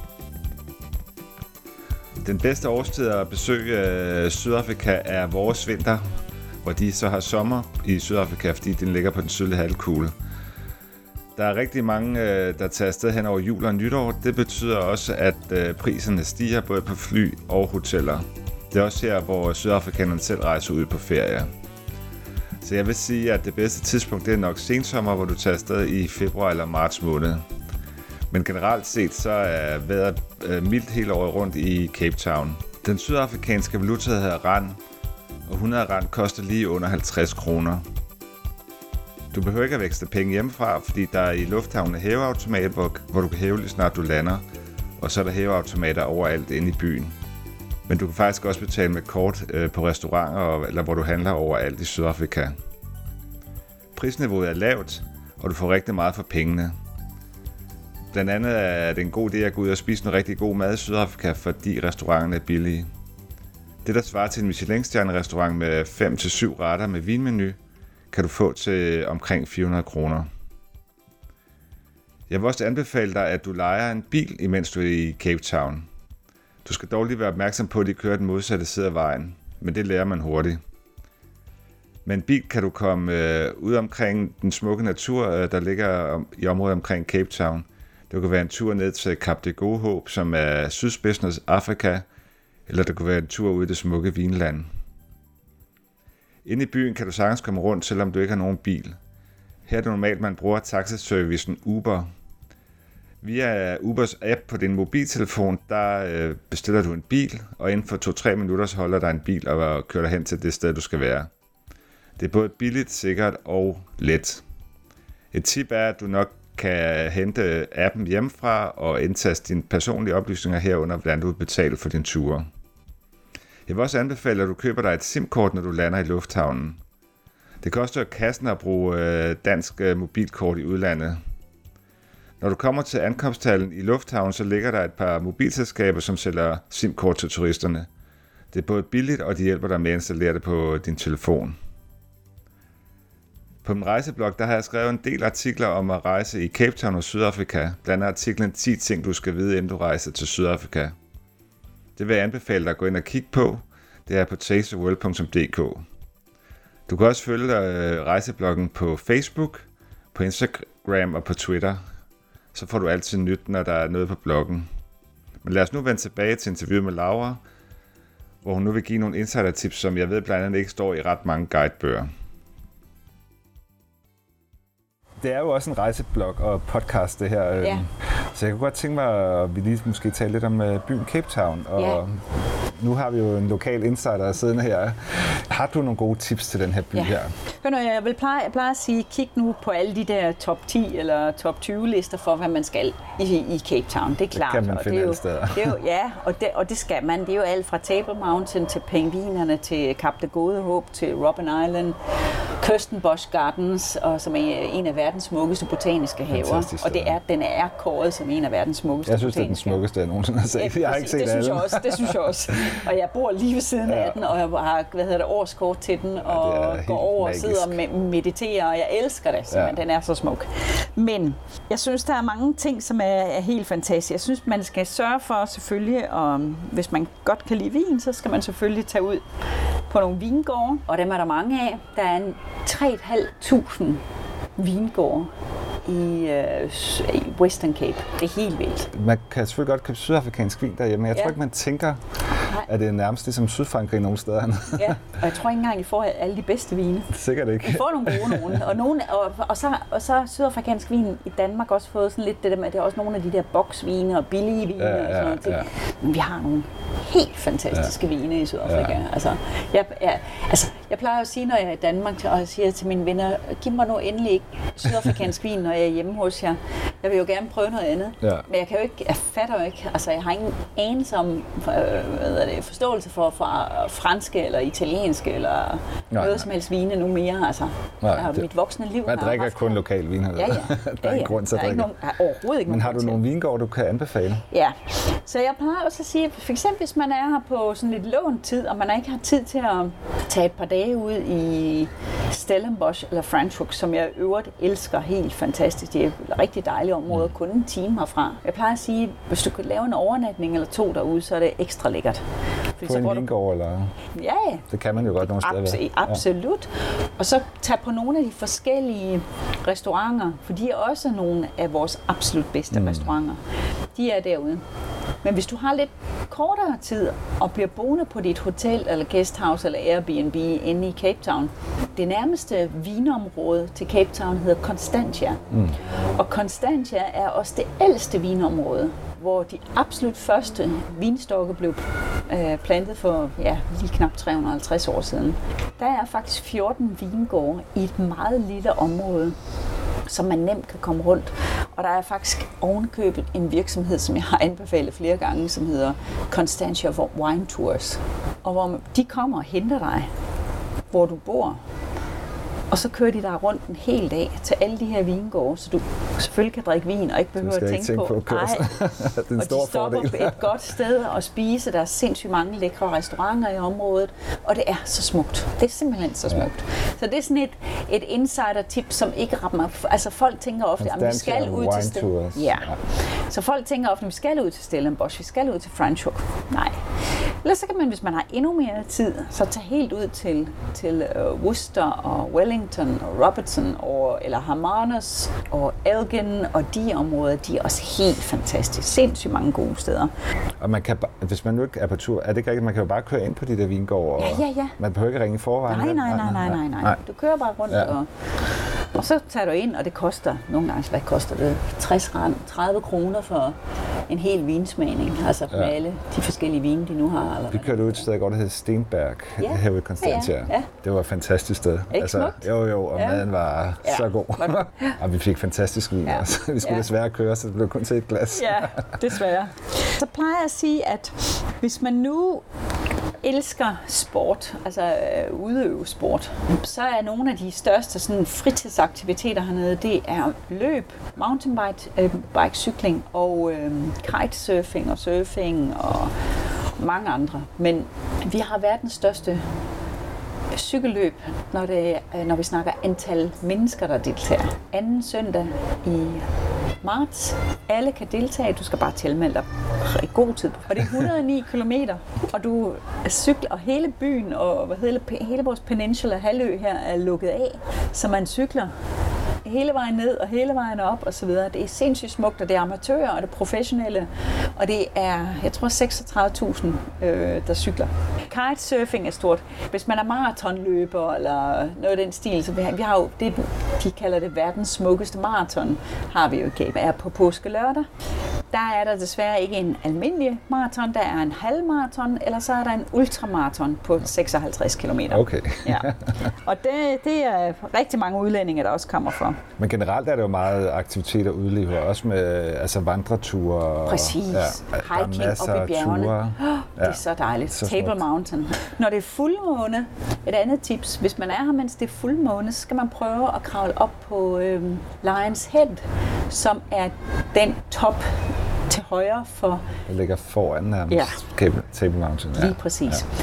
Den bedste årstid at besøge øh, Sydafrika er vores vinter, hvor de så har sommer i Sydafrika, fordi den ligger på den sydlige halvkugle. Der er rigtig mange, der tager afsted hen over jul og nytår. Det betyder også, at priserne stiger både på fly og hoteller. Det er også her, hvor sydafrikanerne selv rejser ud på ferie. Så jeg vil sige, at det bedste tidspunkt det er nok sensommer, hvor du tager afsted i februar eller marts måned. Men generelt set så er vejret mildt hele året rundt i Cape Town. Den sydafrikanske valuta hedder rand, og hundrede rand koster lige under halvtreds kroner. Du behøver ikke at veksle penge hjemmefra, fordi der er i lufthavnen hæveautomater, hvor du kan hæve lige snart du lander, og så er der hæveautomater overalt inde i byen. Men du kan faktisk også betale med kort øh, på restauranter, eller hvor du handler overalt i Sydafrika. Prisniveauet er lavt, og du får rigtig meget for pengene. Blandt andet er det en god idé at gå ud og spise noget rigtig god mad i Sydafrika, fordi restauranterne er billige. Det, der svarer til en Michelin-stjerne-restaurant med fem til syv retter med vinmenu, kan du få til omkring fire hundrede kroner. Jeg vil også anbefale dig, at du lejer en bil, imens du er i Cape Town. Du skal dog lige være opmærksom på, at de kører den modsatte side af vejen, men det lærer man hurtigt. Med en bil kan du komme øh, ud omkring den smukke natur, øh, der ligger i området omkring Cape Town. Det kan være en tur ned til Kap det Gode Håb, som er sydspidsen af Afrika, eller det kan være en tur ud i det smukke Vinland. Inde i byen kan du sagtens komme rundt, selvom du ikke har nogen bil. Her er det normalt, man bruger taxiservicen Uber. Via Ubers app på din mobiltelefon, der øh, bestiller du en bil, og inden for to til tre minutter så holder der en bil og kører dig hen til det sted, du skal være. Det er både billigt, sikkert og let. Et tip er, at du nok kan hente appen hjemmefra og indtaste dine personlige oplysninger herunder, hvordan du vil betale for din ture. Jeg vil også anbefale, at du køber dig et SIM-kort, når du lander i lufthavnen. Det koster kassen at bruge øh, dansk øh, mobilkort i udlandet. Når du kommer til ankomsthallen i lufthavnen, så ligger der et par mobilselskaber, som sælger SIM-kort til turisterne. Det er både billigt, og de hjælper dig med at installere det på din telefon. På min rejseblog, der har jeg skrevet en del artikler om at rejse i Cape Town og Sydafrika. Blandt andet artiklen ti ting, du skal vide, inden du rejser til Sydafrika. Det vil jeg anbefale dig at gå ind og kigge på. Det er på taste of world punktum d k. Du kan også følge øh, rejsebloggen på Facebook, på Instagram og på Twitter. Så får du altid nyt, når der er noget på bloggen. Men lad os nu vende tilbage til interviewet med Laura, hvor hun nu vil give nogle insider-tips, som jeg ved blandt andet ikke står i ret mange guidebøger. Det er jo også en rejseblog og podcast, det her. Ja. Så jeg kunne godt tænke mig, at vi lige måske tale lidt om byen Cape Town. Og ja. Nu har vi jo en lokal insider siddende her. Har du nogle gode tips til den her by ja. her? Hør nu, jeg vil pleje, jeg plejer at sige, kig nu på alle de der top ti eller top tyve lister for, hvad man skal i, i Cape Town. Det er klart. Det kan man finde alle alle steder. Det er jo, ja, og det, og det skal man. Det er jo alt fra Table Mountain til Pingvinerne, til Kap det Gode Håb, til Robben Island, Kirstenbosch Gardens, og som er en af verdens smukkeste botaniske haver. Og det er, den er kåret som en af verdens smukkeste. Jeg synes, det er den smukkeste, jeg nogensinde har set. Jeg har ikke set det alle. Synes jeg også, det synes jeg også. Og jeg bor lige ved siden ja. af den, og jeg har hvad hedder det, årskort til den, og ja, går over magisk. Og sidder og mediterer, og jeg elsker det simpelthen. Ja. Den er så smuk. Men jeg synes, der er mange ting, som er, er helt fantastiske. Jeg synes, man skal sørge for selvfølgelig, og hvis man godt kan lide vin, så skal man selvfølgelig tage ud på nogle vingårde, og dem er der mange af. Der er en tre tusind fem hundrede vingårde i, øh, i Western Cape. Det er helt vildt. Man kan selvfølgelig godt købe sydafrikansk vin derhjemme, men jeg ja. tror ikke, man tænker, at det er nærmest ligesom Sydfrankrig nogle steder. Ja, og jeg tror ikke engang, I får alle de bedste vine. Sikkert ikke. I får nogle gode nogle. Og, nogle, og, og, så, og så har sydafrikansk vin i Danmark også fået sådan lidt det der med, at det er også nogle af de der boksvine og billige vine ja, ja, og sådan noget. Ja. Men vi har nogle helt fantastiske ja. vine i Sydafrika. Ja. Altså, jeg, jeg, altså, jeg plejer at sige, når jeg er i Danmark, og jeg siger til mine venner, giv mig nu endelig ikke sydafrikansk vin, når jeg er hjemme hos jer. Jeg vil jo gerne prøve noget andet. Ja. Men jeg kan jo ikke, jeg fatter jo ikke, altså jeg har ingen anelse om, øh, hvad er det, forståelse for, for franske eller italienske eller nej, noget nej. som helst vine nu mere. Altså, nej, jeg har det, mit voksne liv. Man drikker haft, kun lokal vin her. Ja, ja. Der er ja, ja. ingen grund til at drikke. Nogen, overhovedet ikke. Men har du nogle vingårde, du kan anbefale? Ja, så jeg plejer også at sige, for eksempel hvis man er her på sådan lidt lånt tid, og man ikke har tid til at tage et par dage ud i Stellenbosch eller Franschhoek, som jeg øvrigt elsker helt fantastisk. Det er et rigtig dejligt område, mm. kun en time herfra. Jeg plejer at sige, hvis du kan lave en overnatning eller to derude, så er det ekstra lækkert. På en vingård, eller? Ja, ja. Det kan man jo godt nogle steder. Abs- absolut. Ja. Og så tag på nogle af de forskellige restauranter, for de er også nogle af vores absolut bedste mm. restauranter. De er derude. Men hvis du har lidt kortere tid og bliver boende på dit hotel eller guesthouse eller Airbnb inde i Cape Town, det nærmeste vinområde til Cape Town hedder Constantia. Mm. Og Constantia er også det ældste vinområde, hvor de absolut første vinstokke blev øh, plantet for ja, lige knap tre hundrede og halvtreds år siden. Der er faktisk fjorten vingårde i et meget lille område, som man nemt kan komme rundt. Og der er faktisk ovenkøbet en virksomhed, som jeg har anbefalet flere gange, som hedder Constantia Wine Tours. Og hvor de kommer og henter dig, hvor du bor. Og så kører de dig rundt en hel dag til alle de her vingårde, så du selvfølgelig kan drikke vin og ikke behøver at tænke, tænke på, på nej. Det er en og stor de stopper fordel. på et godt sted og spise. Der er sindssygt mange lækre restauranter i området, og det er så smukt. Det er simpelthen så smukt. Ja. Så det er sådan et, et insider-tip, som ikke rammer. Altså folk tænker ofte, at vi skal ud til Stellenbosch. Ja. ja. Så folk tænker ofte, at vi skal ud til Stellenbosch, vi skal ud til Franschhoek. Nej. Eller så kan man, hvis man har endnu mere tid, så tage helt ud til, til uh, Worcester og Wellington og Robertson og, eller Hermanus og Elgin og de områder, de er også helt fantastiske. Sindssygt mange gode steder. Og man kan, hvis man nu ikke er på tur, er det ikke rigtigt, man kan jo bare køre ind på de der vingårde? Ja, ja, ja. Man behøver ikke ringe i forvejen? Nej, nej, nej, nej, nej, nej. Du kører bare rundt ja. og Og så tager du ind, og det koster, nogle gange, hvad koster det? tres tredive kroner for en hel vinsmagning, altså ja. Med alle de forskellige vine, de nu har. Eller vi kørte ud et sted, der hedder Stenberg, ja. Her ved Constantia. Ja, ja. Det var et fantastisk sted. Ikke altså, smukt? Jo, jo, og ja. Maden var ja. Så god. Og vi fik fantastisk vin, ja. Altså. Vi skulle ja. Desværre køre, så det blev kun til et glas. Ja, desværre. Så plejer jeg at sige, at hvis man nu elsker sport, altså øh, udøve sport, så er nogle af de største sådan, fritidsaktiviteter hernede, det er løb, mountainbike, øh, bike cykling og øh, kitesurfing og surfing og mange andre. Men vi har verdens største cykelløb, når, det, når vi snakker antal mennesker, der deltager. Anden søndag i marts. Alle kan deltage, du skal bare tilmelde dig i god tid. Og det er et hundrede og ni kilometer, og du cykler, og hele byen og hele, hele vores peninsula halvø her er lukket af, så man cykler hele vejen ned og hele vejen op og så videre. Det er sindssygt smukt, og det er amatører, og det er professionelle, og det er, jeg tror, seksogtredive tusind, øh, der cykler. Kitesurfing er stort. Hvis man er maratonløber eller noget af den stil, så vi har, vi har jo det, de kalder det verdens smukkeste maraton, har vi jo i Cape. Er på påske lørdag. Der er der desværre ikke en almindelig maraton, der er en halvmaraton, eller så er der en ultramaraton på seksoghalvtreds kilometer. Okay. Ja. Og det, det er rigtig mange udlændinge, der også kommer for. Men generelt er det jo meget aktivitet og udliv, også med altså vandreture. Præcis. Ja, hiking op i bjergene. Oh, det er så dejligt. Så Table Mountain. Når det er fuldmåne, et andet tips, hvis man er her, mens det er fuldmåne, så skal man prøve at kravle op på øhm, Lions Head, som er den top til højre for... Det ligger foran nærmest ja. Table Mountain. Ja. Lige præcis. Ja.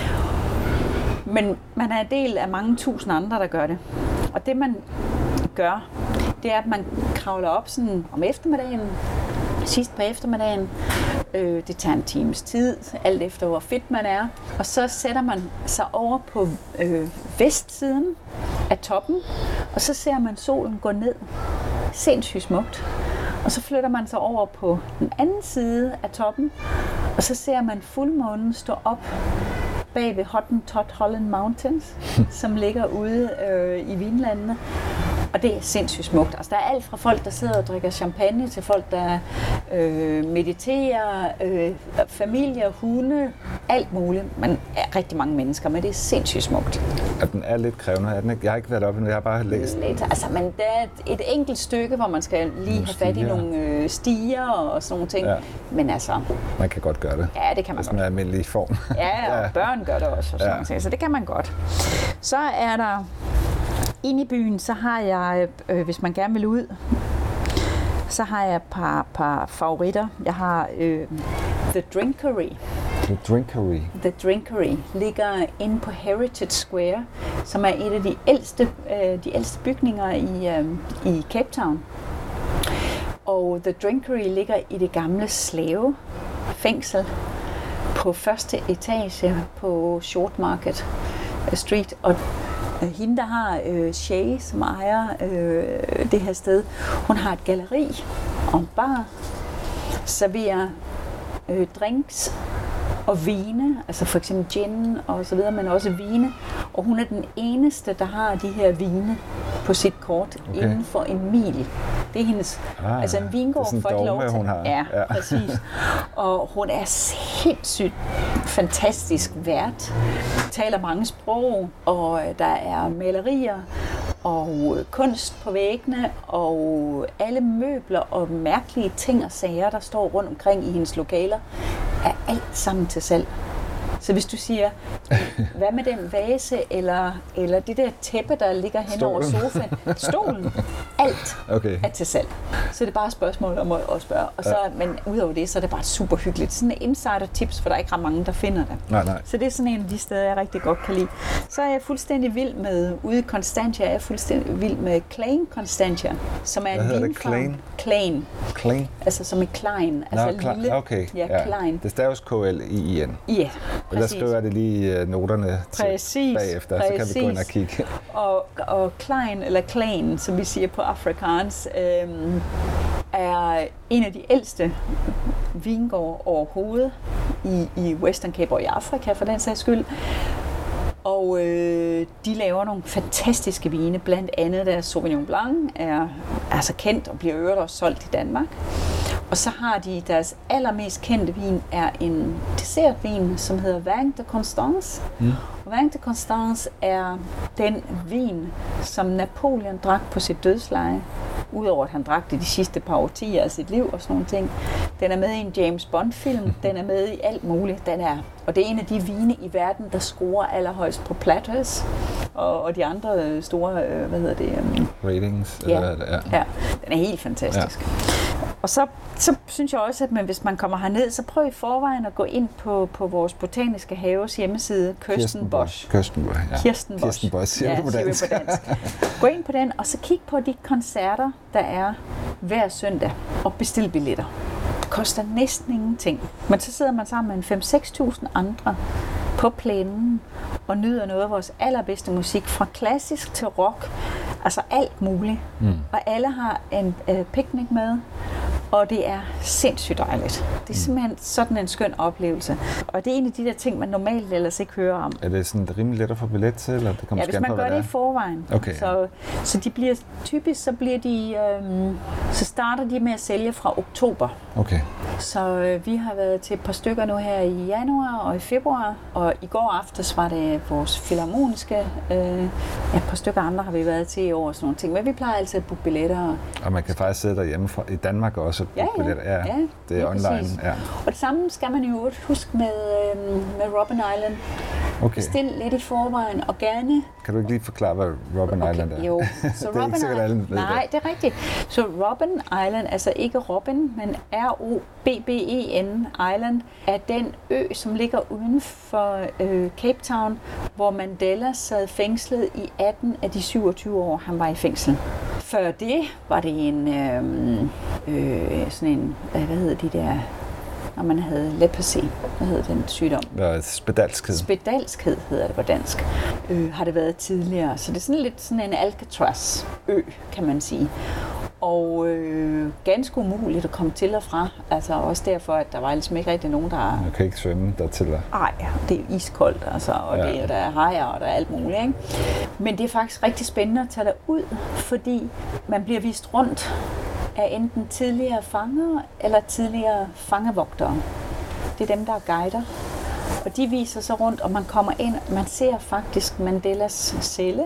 Men man er en del af mange tusind andre, der gør det. Og det man gør, det er, at man kravler op sådan om eftermiddagen, sidst på eftermiddagen. Øh, det tager en times tid, alt efter hvor fedt man er. Og så sætter man sig over på øh, vestsiden af toppen, og så ser man solen gå ned. Sindssygt smukt. Og så flytter man sig over på den anden side af toppen, og så ser man fuldmånen stå op bag ved Hottentot Holland Mountains, som ligger ude øh, i Vinlandene. Og det er sindssygt smukt. Altså, der er alt fra folk, der sidder og drikker champagne, til folk, der øh, mediterer, øh, familier, hunde, alt muligt. Man er rigtig mange mennesker, men det er sindssygt smukt. Og den er lidt krævende, er den ikke? Jeg har ikke været oppe, men jeg har bare læst. Lidt. Altså, men der er et enkelt stykke, hvor man skal lige have fat i nogle øh, stiger og sådan nogle ting. Ja. Men altså... Man kan godt gøre det. Ja, det kan man godt. Det er sådan en almindelig form. Ja, og ja. Børn gør det også. Og sådan ja. Så det kan man godt. Så er der... Inde i byen, så har jeg, øh, hvis man gerne vil ud, så har jeg et par, par favoritter. Jeg har øh, The Drinkery. The Drinkery. The Drinkery ligger inde på Heritage Square, som er et af de ældste, øh, de ældste bygninger i, øh, i Cape Town. Og The Drinkery ligger i det gamle slavefængsel på første etage på Short Market Street. Og hende, der har øh, Shay, som ejer øh, det her sted, hun har et galleri og en bar, serverer øh, drinks og vine, altså for eksempel gin og så videre, men også vine. Og hun er den eneste, der har de her vine på sit kort okay. inden for en mil. Det er hendes, ah, altså en vingård for et lov til. Hun har. Ja, ja, præcis. Og hun er sindssygt fantastisk vært. Taler mange sprog, og der er malerier og kunst på væggene, og alle møbler og mærkelige ting og sager, der står rundt omkring i hendes lokaler, er alt sammen til salg. Så hvis du siger, hvad med den vase, eller, eller det der tæppe, der ligger hen over sofaen, stolen, alt okay. er til salg. Så det er bare et spørgsmål om at spørge. Og så, ja. Men udover det, så er det bare super hyggeligt. Sådan en insider-tips, for der er ikke ret mange, der finder det. Nej, nej. Så det er sådan en af de steder, jeg rigtig godt kan lide. Så er jeg fuldstændig vild med, ude i Constantia, er jeg fuldstændig vild med Klein Constantia, som er hvad en vinfarm. Klein? Klein. Altså som et klein, altså Nå, lille. Okay. Ja, ja. Klein. Det staves K L I I N. Ja, præcis. Der skriver jeg det lige uh, noterne præcis, til bagefter, præcis. Så kan vi gå ind og kigge. Og, og Klein, eller Klein, som vi siger på afrikaans, øhm, er en af de ældste vingårde overhovedet i, i Western Cape og i Afrika for den sags skyld. Og øh, de laver nogle fantastiske vine, blandt andet deres Sauvignon Blanc er altså kendt og bliver øvrigt også solgt i Danmark. Og så har de deres allermest kendte vin, er en dessertvin, som hedder Vin de Constance. Mm. Vin de Constance er den vin, som Napoleon drak på sit dødsleje. Udover at han drak det de sidste par årtier af sit liv og sådan nogle ting. Den er med i en James Bond-film, den er med i alt muligt. Den er, og det er en af de vine i verden, der scorer allerhøjst på Platters og, og de andre store, hvad hedder det? Um, Ratings. Ja, eller, ja. ja, den er helt fantastisk. Ja. Og så, så synes jeg også, at man, hvis man kommer herned, så prøv i forvejen at gå ind på, på vores botaniske haves hjemmeside, Kirstenbosch. Kirstenbosch, ja. Kirstenbosch. Kirstenbosch, siger ja, du på dansk. på dansk. Gå ind på den, og så kig på de koncerter, der er hver søndag, og bestil billetter. Det koster næsten ingenting. Men så sidder man sammen med en fem til seks tusind andre på plænen og nyder noget af vores allerbedste musik, fra klassisk til rock, altså alt muligt. Mm. Og alle har en øh, picnic med, og det er sindssygt dejligt. Det er simpelthen sådan en skøn oplevelse. Og det er en af de der ting, man normalt ellers ikke hører om. Er det sådan rimelig let at få billet til? Eller det kommer ja, hvis man gør det i forvejen. Okay. Så, så de bliver typisk, så bliver de, øhm, så starter de med at sælge fra oktober. Okay. Så øh, vi har været til et par stykker nu her i januar og i februar, og i går aftes var det vores filharmoniske. Øh, ja, et par stykker andre har vi været til i år og sådan nogle ting. Men vi plejer altid at booke billetter. Og man kan faktisk sidde derhjemme fra, i Danmark også og booke ja, ja. billetter. Ja, ja, det er online. Ja. Og det samme skal man jo huske med, øh, med Robben Island. Okay. Bestil lidt i forvejen, og gerne... Kan du ikke lige forklare, hvad Robben okay, Island er? Jo, så det er Robben ikke sikkert, alle ved Nej, det er rigtigt. Så Robben Island, altså ikke Robben, men R O B B E N Island, er den ø, som ligger uden for øh, Cape Town, hvor Mandela sad fængslet i atten af de syvogtyve år, han var i fængsel. Før det var det en, øh, øh, sådan en, hvad hedder de der... når man havde leprosy. Hvad hedder den sygdom? Ja, spedalskhed. Spedalskhed hedder det på dansk. Øh, har det været tidligere. Så det er sådan lidt sådan en Alcatraz-ø, kan man sige. Og øh, ganske umuligt at komme til og fra. Altså også derfor, at der var ligesom ikke rigtig nogen, der... Man kan ikke svømme dertil. Nej, det er iskoldt, altså, og ja. det, der er hajer, og der er alt muligt. Ikke? Men det er faktisk rigtig spændende at tage derud, fordi man bliver vist rundt af enten tidligere fangere eller tidligere fangevogtere. Det er dem, der er guider. Og de viser sig rundt, og man kommer ind, og man ser faktisk Mandelas celle,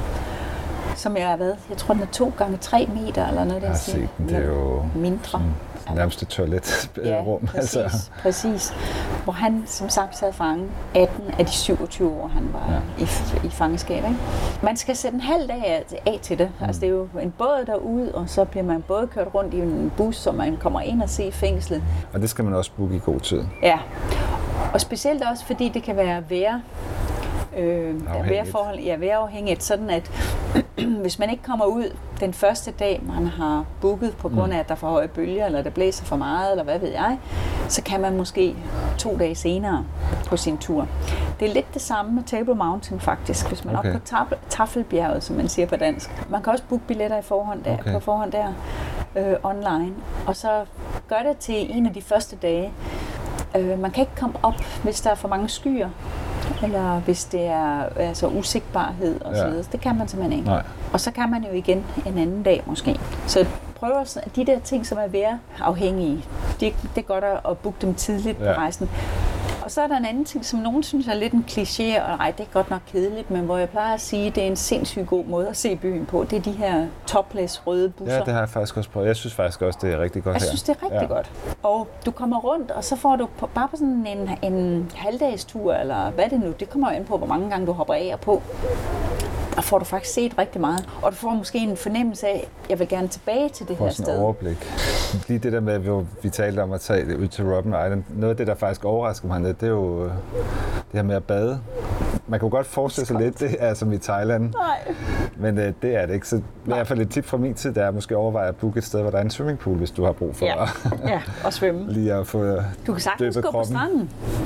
som jeg har været, jeg tror, den er to gange tre meter eller noget. Jeg har set den, det er jo mindre. Nærmest et toiletrum. Ja, præcis, altså. præcis. Hvor han, som sagt, sad fanget atten af de syvogtyve år, han var ja. i, i fangeskab. Ikke? Man skal sætte en halv dag af, af til det. Mm. Altså, det er jo en båd derude, og så bliver man både kørt rundt i en bus, så man kommer ind og se fængslet. Og det skal man også booke i god tid. Ja, og specielt også, fordi det kan være vejr. Øh, vejrforhold, ja, vejrafhængigt, sådan at hvis man ikke kommer ud den første dag, man har booket på grund af, at der er for høje bølger, eller der blæser for meget, eller hvad ved jeg, så kan man måske to dage senere på sin tur. Det er lidt det samme med Table Mountain faktisk, hvis man okay. er oppe på taf- Taffelbjerget, som man siger på dansk. Man kan også booke billetter i forhånd der, okay. på forhånd der øh, online, og så gør det til en af de første dage. Øh, man kan ikke komme op, hvis der er for mange skyer, eller hvis det er altså usigtbarhed og så videre. Ja. Det kan man simpelthen ikke. Nej. Og så kan man jo igen en anden dag måske. Så prøv at de der ting, som er vejrafhængige, det, det er godt at booke dem tidligt ja. på rejsen. Og så er der en anden ting, som nogen synes er lidt en kliché, og nej, det er godt nok kedeligt, men hvor jeg plejer at sige, at det er en sindssygt god måde at se byen på. Det er de her topless røde busser. Ja, det har jeg faktisk også prøvet. Jeg synes faktisk også, det er rigtig godt jeg her. Jeg synes, det er rigtig ja. godt. Og du kommer rundt, og så får du på, bare på sådan en, en halvdagstur, eller hvad det nu, det kommer jo ind på, hvor mange gange du hopper af og på. Og får du faktisk set rigtig meget. Og du får måske en fornemmelse af, at jeg vil gerne tilbage til det her sted. For sådan et overblik. Lige det der med, hvor vi talte om at tage det ud til Robben Island. Noget af det, der faktisk overrasker mig, det er jo det her med at bade. Man kan jo godt forestille sig lidt, det er som i Thailand. Nej. Men øh, det er det ikke. Så i hvert fald et tip fra min tid, der er at måske overveje at booke et sted, hvor der er en swimmingpool, hvis du har brug for ja. at, ja, og svømme. lige at få Du kan sagtens gå på stranden.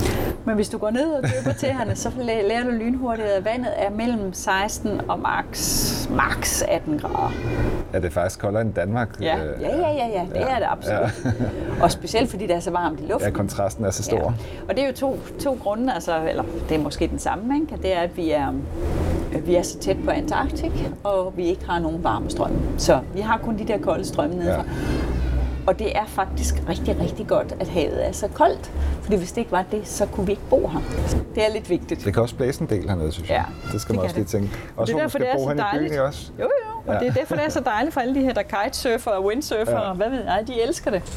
Men hvis du går ned og dypper tæerne, så lærer du lynhurtigt, at vandet er mellem seksten og max, max atten grader. Er det faktisk koldere end Danmark? Ja, ja, ja, ja, ja. det ja. er det absolut. Ja. Og specielt fordi det er så varmt i luften. Ja, kontrasten er så stor. Ja. Og det er jo to, to grunde, altså, eller det er måske den samme, ikke? Det er, at vi er, vi er så tæt på Antarktik, og vi ikke har nogen varme strømme. Så vi har kun de der kolde strømme nedefra. Ja. Og det er faktisk rigtig, rigtig godt, at havet er så koldt. Fordi hvis det ikke var det, så kunne vi ikke bo her. Det er lidt vigtigt. Det kan også blæse en del hernede, synes jeg. Ja, det skal man også lige tænke. Også det er derfor, det er så dejligt. Byen, også. Jo, jo. Og ja. det er derfor, det er så dejligt for alle de her, der kitesurfer og windsurfer ja. og hvad ved jeg, de elsker det.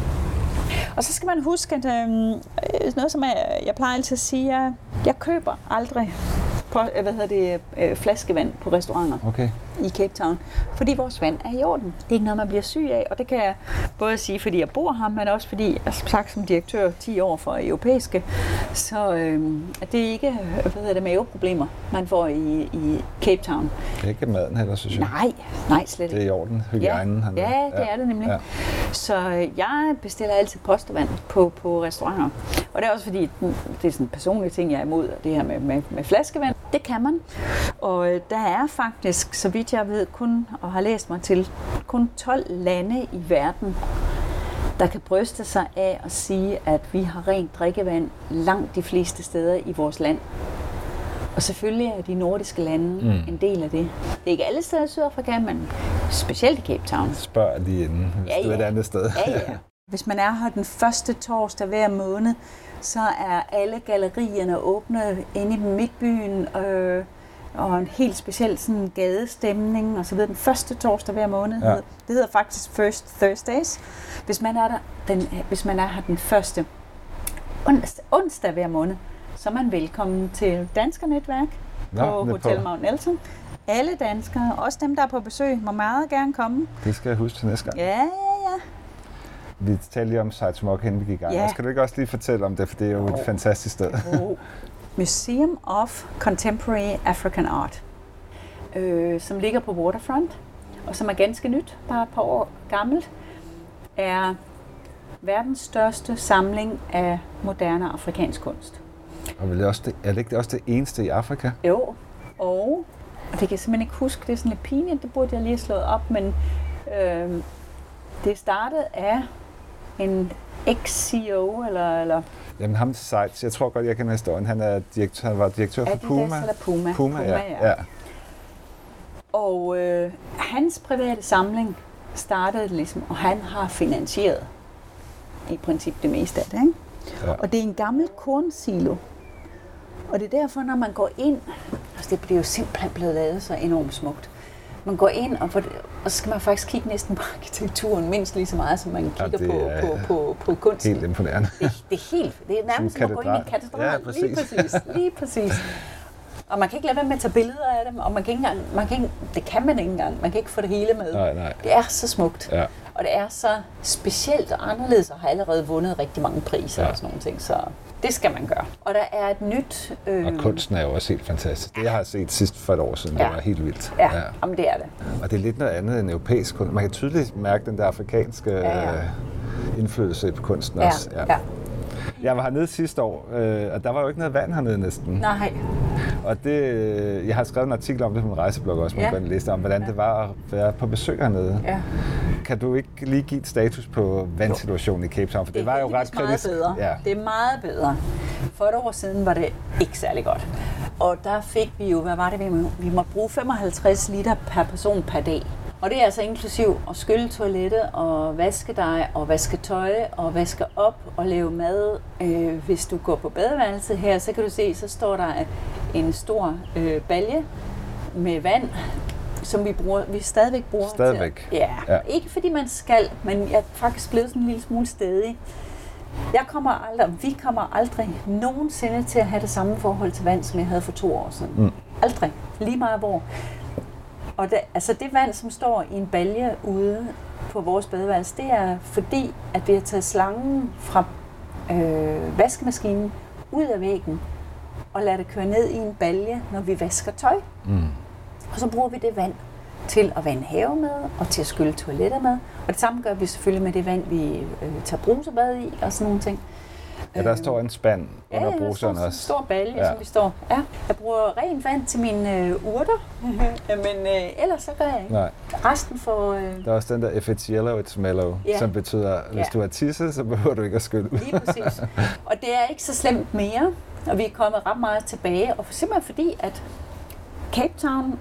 Og så skal man huske, at øh, noget som jeg, jeg plejer altid at sige, at jeg køber aldrig på, hvad hedder det, øh, flaskevand på restauranter okay. i Cape Town, fordi vores vand er i orden. Det er ikke noget, man bliver syg af, og det kan jeg både sige, fordi jeg bor her, men også fordi jeg har sagt som direktør ti år for europæiske, så øh, det er ikke hvad hedder det, maveproblemer, man får i, i Cape Town. Det er ikke maden heller, synes jeg. Nej, nej slet ikke. Det er i orden, hygiejnen ja, hernede. Ja, det er det nemlig. Ja. Så jeg bestiller altid postevand på, på restauranter. Og det er også fordi, det er sådan en personlig ting, jeg er imod, det her med, med, med flaskevand. Det kan man. Og der er faktisk, så vidt jeg ved, kun, og har læst mig til, kun tolv lande i verden, der kan bryste sig af at sige, at vi har rent drikkevand langt de fleste steder i vores land. Og selvfølgelig er de nordiske lande mm. en del af det. Det er ikke alle steder i Sydafrika, men specielt i Cape Town. Spørg lige inden, hvis ja, ja. du er et andet sted. Ja, ja. Hvis man er her den første torsdag hver måned, så er alle gallerierne åbne inde i midtbyen, øh, og en helt speciel sådan gadestemning og så videre. Den første torsdag hver måned. Ja. Det hedder faktisk First Thursdays. Hvis man er der, den, hvis man er her den første onsdag, onsdag hver måned, så er man velkommen til Danskernetværk Nå, på Hotel på. Mount Nelson. Alle danskere, også dem, der er på besøg, må meget gerne komme. Det skal jeg huske til næste gang. Ja, ja, ja. Vi talte lige om Saitmok, inden vi gik i gang. Ja. Skal du ikke også lige fortælle om det, for det er jo oh. et fantastisk sted. Oh. Museum of Contemporary African Art, øh, som ligger på Waterfront, og som er ganske nyt, bare et par år gammelt, er verdens største samling af moderne afrikansk kunst. Og vel også det, er det ikke også det eneste i Afrika? Jo, og, og det kan jeg simpelthen ikke huske, det er sådan lidt pinligt, det burde jeg lige have slået op, men øh, det startede af en ex-C E O, eller... eller Jamen ham Seitz, jeg tror godt, jeg kender historien. Han, er direktør, han var direktør for Puma. Adidas eller Puma. Puma, Puma ja. ja. ja. Og øh, hans private samling startede ligesom, og han har finansieret i princip det meste af det, ikke? Ja. Og det er en gammel kornsilo. Og det er derfor, når man går ind, altså det bliver jo simpelthen blevet lavet så enormt smukt. Man går ind, og, for, og så skal man faktisk kigge næsten på arkitekturen, mindst lige så meget, som man kigger ja, på, på, på, på kunsten. Helt imponerende. Det, det er helt, det er nærmest som at gå ind i en katedral. Ja, præcis. Lige præcis, lige præcis. Og man kan ikke lade være med at tage billeder af dem, og man kan ikke engang, man kan ikke, det kan man ikke engang, man kan ikke få det hele med. Nej, nej. Det er så smukt, ja. Og det er så specielt og anderledes, og har allerede vundet rigtig mange priser ja. Og sådan nogle ting, så det skal man gøre. Og der er et nyt... Øh... Og kunsten er jo også helt fantastisk. Det jeg har set sidst for et år siden, ja. Det var helt vildt. Ja, ja. Jamen, det er det. Og det er lidt noget andet end europæisk kunst. Man kan tydeligt mærke den der afrikanske ja, ja. indflydelse på kunsten ja. også. Ja. Ja. Jeg var hernede sidste år, øh, og der var jo ikke noget vand hernede næsten. Nej. Og det, jeg har skrevet en artikel om det på min rejseblog også, hvor ja. man kan læse om, hvordan det var at være på besøg hernede. Ja. Kan du ikke lige give et status på vandsituationen i Cape Town? For det, det var jo ret kritisk. Bedre. Ja. Det er meget bedre. For et år siden var det ikke særlig godt. Og der fik vi jo, hvad var det, vi må, vi må bruge femoghalvtreds liter per person per dag. Og det er altså inklusiv at skylle toilettet og vaske dig og vaske tøj og vaske op og lave mad. Øh, hvis du går på badeværelset her, så kan du se, så står der en stor øh, balje med vand, som vi bruger, vi stadigvæk bruger stadigvæk. til. Ja, ja, ikke fordi man skal, men jeg er faktisk blevet sådan en lille smule stædig. Jeg kommer aldrig, vi kommer aldrig nogensinde til at have det samme forhold til vand, som jeg havde for to år siden. Mm. Aldrig. Lige meget hvor. Og det, altså det vand, som står i en balje ude på vores badeværelse, det er fordi, at vi har taget slangen fra øh, vaskemaskinen ud af væggen og lader det køre ned i en balje, når vi vasker tøj. Mm. Og så bruger vi det vand til at vande have med og til at skylle toiletter med. Og det samme gør vi selvfølgelig med det vand, vi øh, tager brusebad i og sådan nogle ting. Ja, der står en spand under ja, bruseren også. Ja, også. en stor balje, Ja. som vi står. Ja, jeg bruger rent vand til mine øh, urter, men øh, ellers så gør jeg ikke. Nej. Resten for... Øh... Der er også den der, if it's yellow, it's mellow, Ja. som betyder, hvis Ja. du har tisset, så behøver du ikke at skylle ud. Lige præcis. Og det er ikke så slemt mere, og vi er kommet ret meget tilbage, og simpelthen fordi, at Cape Town,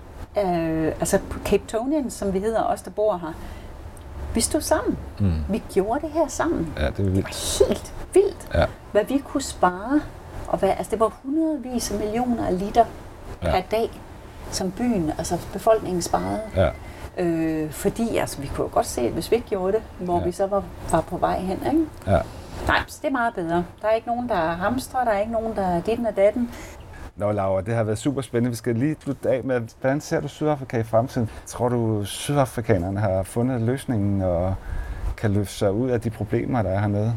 øh, altså Cape Townians, som vi hedder, os der bor her, vi stod sammen. Mm. Vi gjorde det her sammen. Ja, det er Det vildt. var helt vildt, Ja. hvad vi kunne spare. Og hvad, altså det var hundredvis af millioner af liter Ja. per dag, som byen, altså befolkningen sparede. Ja. Øh, fordi altså, vi kunne jo godt se, at hvis vi ikke gjorde det, hvor Ja. vi så var, var på vej hen. Ikke? Ja. Nej, så det er meget bedre. Der er ikke nogen, der er hamstre, der er ikke nogen, der er ditten og datten. Nå, Laura, det har været super spændende. Vi skal lige slutte af med, hvordan ser du Sydafrika i fremtiden? Tror du, sydafrikanerne har fundet løsningen og kan løfte sig ud af de problemer, der er hernede?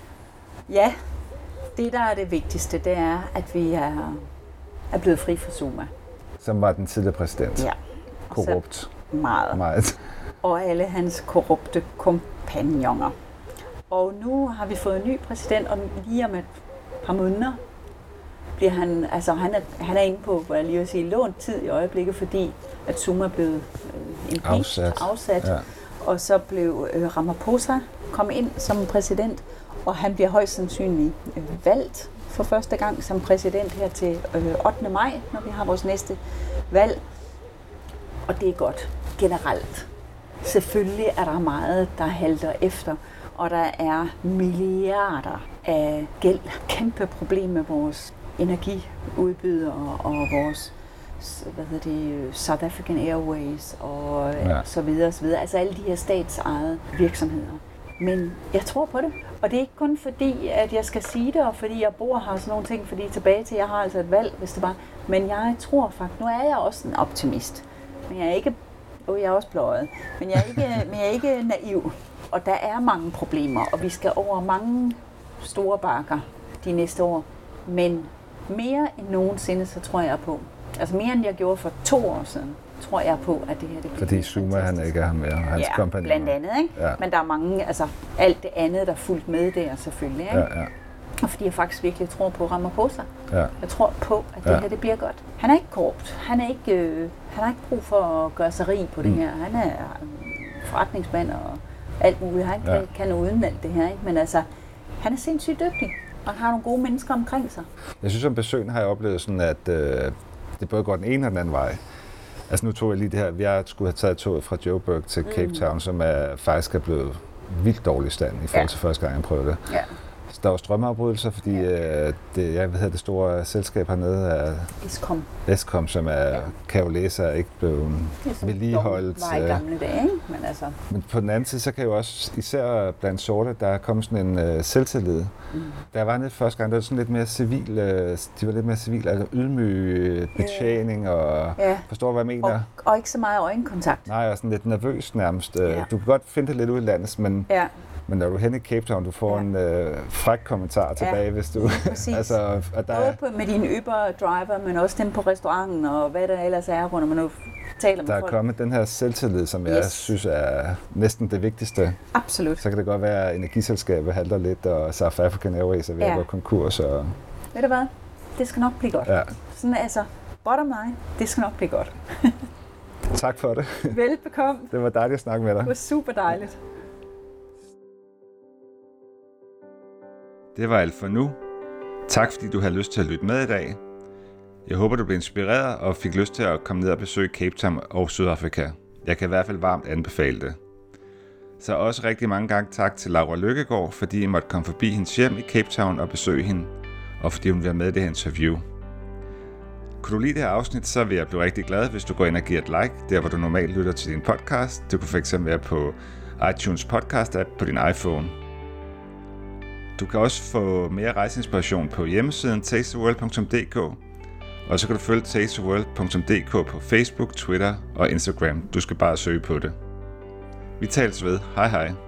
Ja, det der er det vigtigste, det er, at vi er, er blevet fri fra Zuma. Som var den tidligere præsident. Ja. Og så Korrupt. Meget. Meget. Og alle hans korrupte kompagnoner. Og nu har vi fået en ny præsident, og lige om et par måneder bliver han, altså han er, han er inde på, hvad jeg lige vil sige, lånt tid i øjeblikket, fordi at Zuma er blevet øh, impeached, Afsat. afsat Ja. og så blev øh, Ramaphosa kom ind som præsident, og han bliver højst sandsynligt øh, valgt for første gang som præsident her til øh, ottende maj, når vi har vores næste valg. Og det er godt generelt. Selvfølgelig er der meget, der halter efter, og der er milliarder af gæld. Kæmpe problem med vores energiudbydere og vores hvad hedder det, South African Airways og Ja. så videre, så videre. Altså alle de her statsejede virksomheder. Men jeg tror på det. Og det er ikke kun fordi, at jeg skal sige det, og fordi jeg bor her og sådan nogle ting, fordi tilbage til, jeg har altså et valg, hvis det var. Men jeg tror faktisk, nu er jeg også en optimist. Men jeg er ikke, oh, jeg er også bløjet, men jeg er ikke, men jeg er ikke naiv. Og der er mange problemer, og vi skal over mange store bakker de næste år. Men mere end nogensinde, så tror jeg på. Altså mere end jeg gjorde for to år siden, tror jeg på, at det her det bliver Fordi Zuma han ikke er her med, og hans ja, kompagnoner. blandt andet, ikke? Ja. Men der er mange, altså alt det andet, der er fulgt med der selvfølgelig, ikke? Ja, ja, Og fordi jeg faktisk virkelig tror på Ramaphosa. ja. Jeg tror på, at det Ja. her det bliver godt. Han er ikke korrupt. Han er ikke, øh, han har ikke brug for at gøre sig rig på det Mm. her. Han er øh, forretningsmand og alt muligt. Han kan, Ja. kan uden alt det her, ikke? Men altså, han er sindssygt dygtig. Og han har nogle gode mennesker omkring sig. Jeg synes, som besøgende har jeg oplevet sådan, at øh, det både går den ene og den anden vej. Altså nu tog jeg lige det her, jeg skulle have taget toget fra Joburg til Cape Town, som er, faktisk er blevet vildt dårlig stand i forhold til Ja. første gang, jeg prøvede det. Ja. Så der var strømafbrydelser, fordi øh, det, jeg ved, det store selskab hernede er Eskom. Eskom, som er, kan jo læse, er ikke blevet Det er som vedligeholdt. var i øh, gamle dage, ikke? Men altså, Men på den anden side, så kan jeg jo også, især blandt sorte, der er kommet sådan en øh, selvtillid. mm. Da jeg var nede første gang, der var sådan lidt mere civil, øh, de var lidt mere civil, altså ydmyg betjening og ja. forstår hvad jeg mener? Og, og ikke så meget øjenkontakt. Nej, jeg er sådan lidt nervøs nærmest. Ja. Ja. Du kan godt finde det lidt ud i landet, men, Ja, men når du er henne i Cape Town, du får Ja. en øh, fræk kommentar tilbage, hvis du... præcis. altså, og der, både er, på, med dine Uber-driver, men også dem på restauranten og hvad der ellers er, hvor man nu taler med der er folk. kommet den her selvtillid, som jeg Yes. synes er næsten det vigtigste. Absolut. Så kan det godt være, at energiselskabet halter lidt, og South African Airways er ved at Ja. gå konkurs. Og, Ved du hvad? Det skal nok blive godt. ja. Sådan altså, bottom line, det skal nok blive godt. Tak for det. Velbekomme. Det var dejligt at snakke med dig. Det var super dejligt. Det var alt for nu. Tak fordi du har lyst til at lytte med i dag. Jeg håber, du blev inspireret og fik lyst til at komme ned og besøge Cape Town og Sydafrika. Jeg kan i hvert fald varmt anbefale det. Så også rigtig mange gange tak til Laura Lykkegaard, fordi I måtte komme forbi hendes hjem i Cape Town og besøge hende, og fordi hun vil være med i det her interview. Kunne du lide det her afsnit, så vil jeg blive rigtig glad, hvis du går ind og giver et like, der hvor du normalt lytter til din podcast. Det kunne fx være på iTunes podcast app på din iPhone. Du kan også få mere rejseinspiration på hjemmesiden taste the world punktum d k, og så kan du følge taste the world punktum d k på Facebook, Twitter og Instagram. Du skal bare søge på det. Vi tales ved. Hej hej.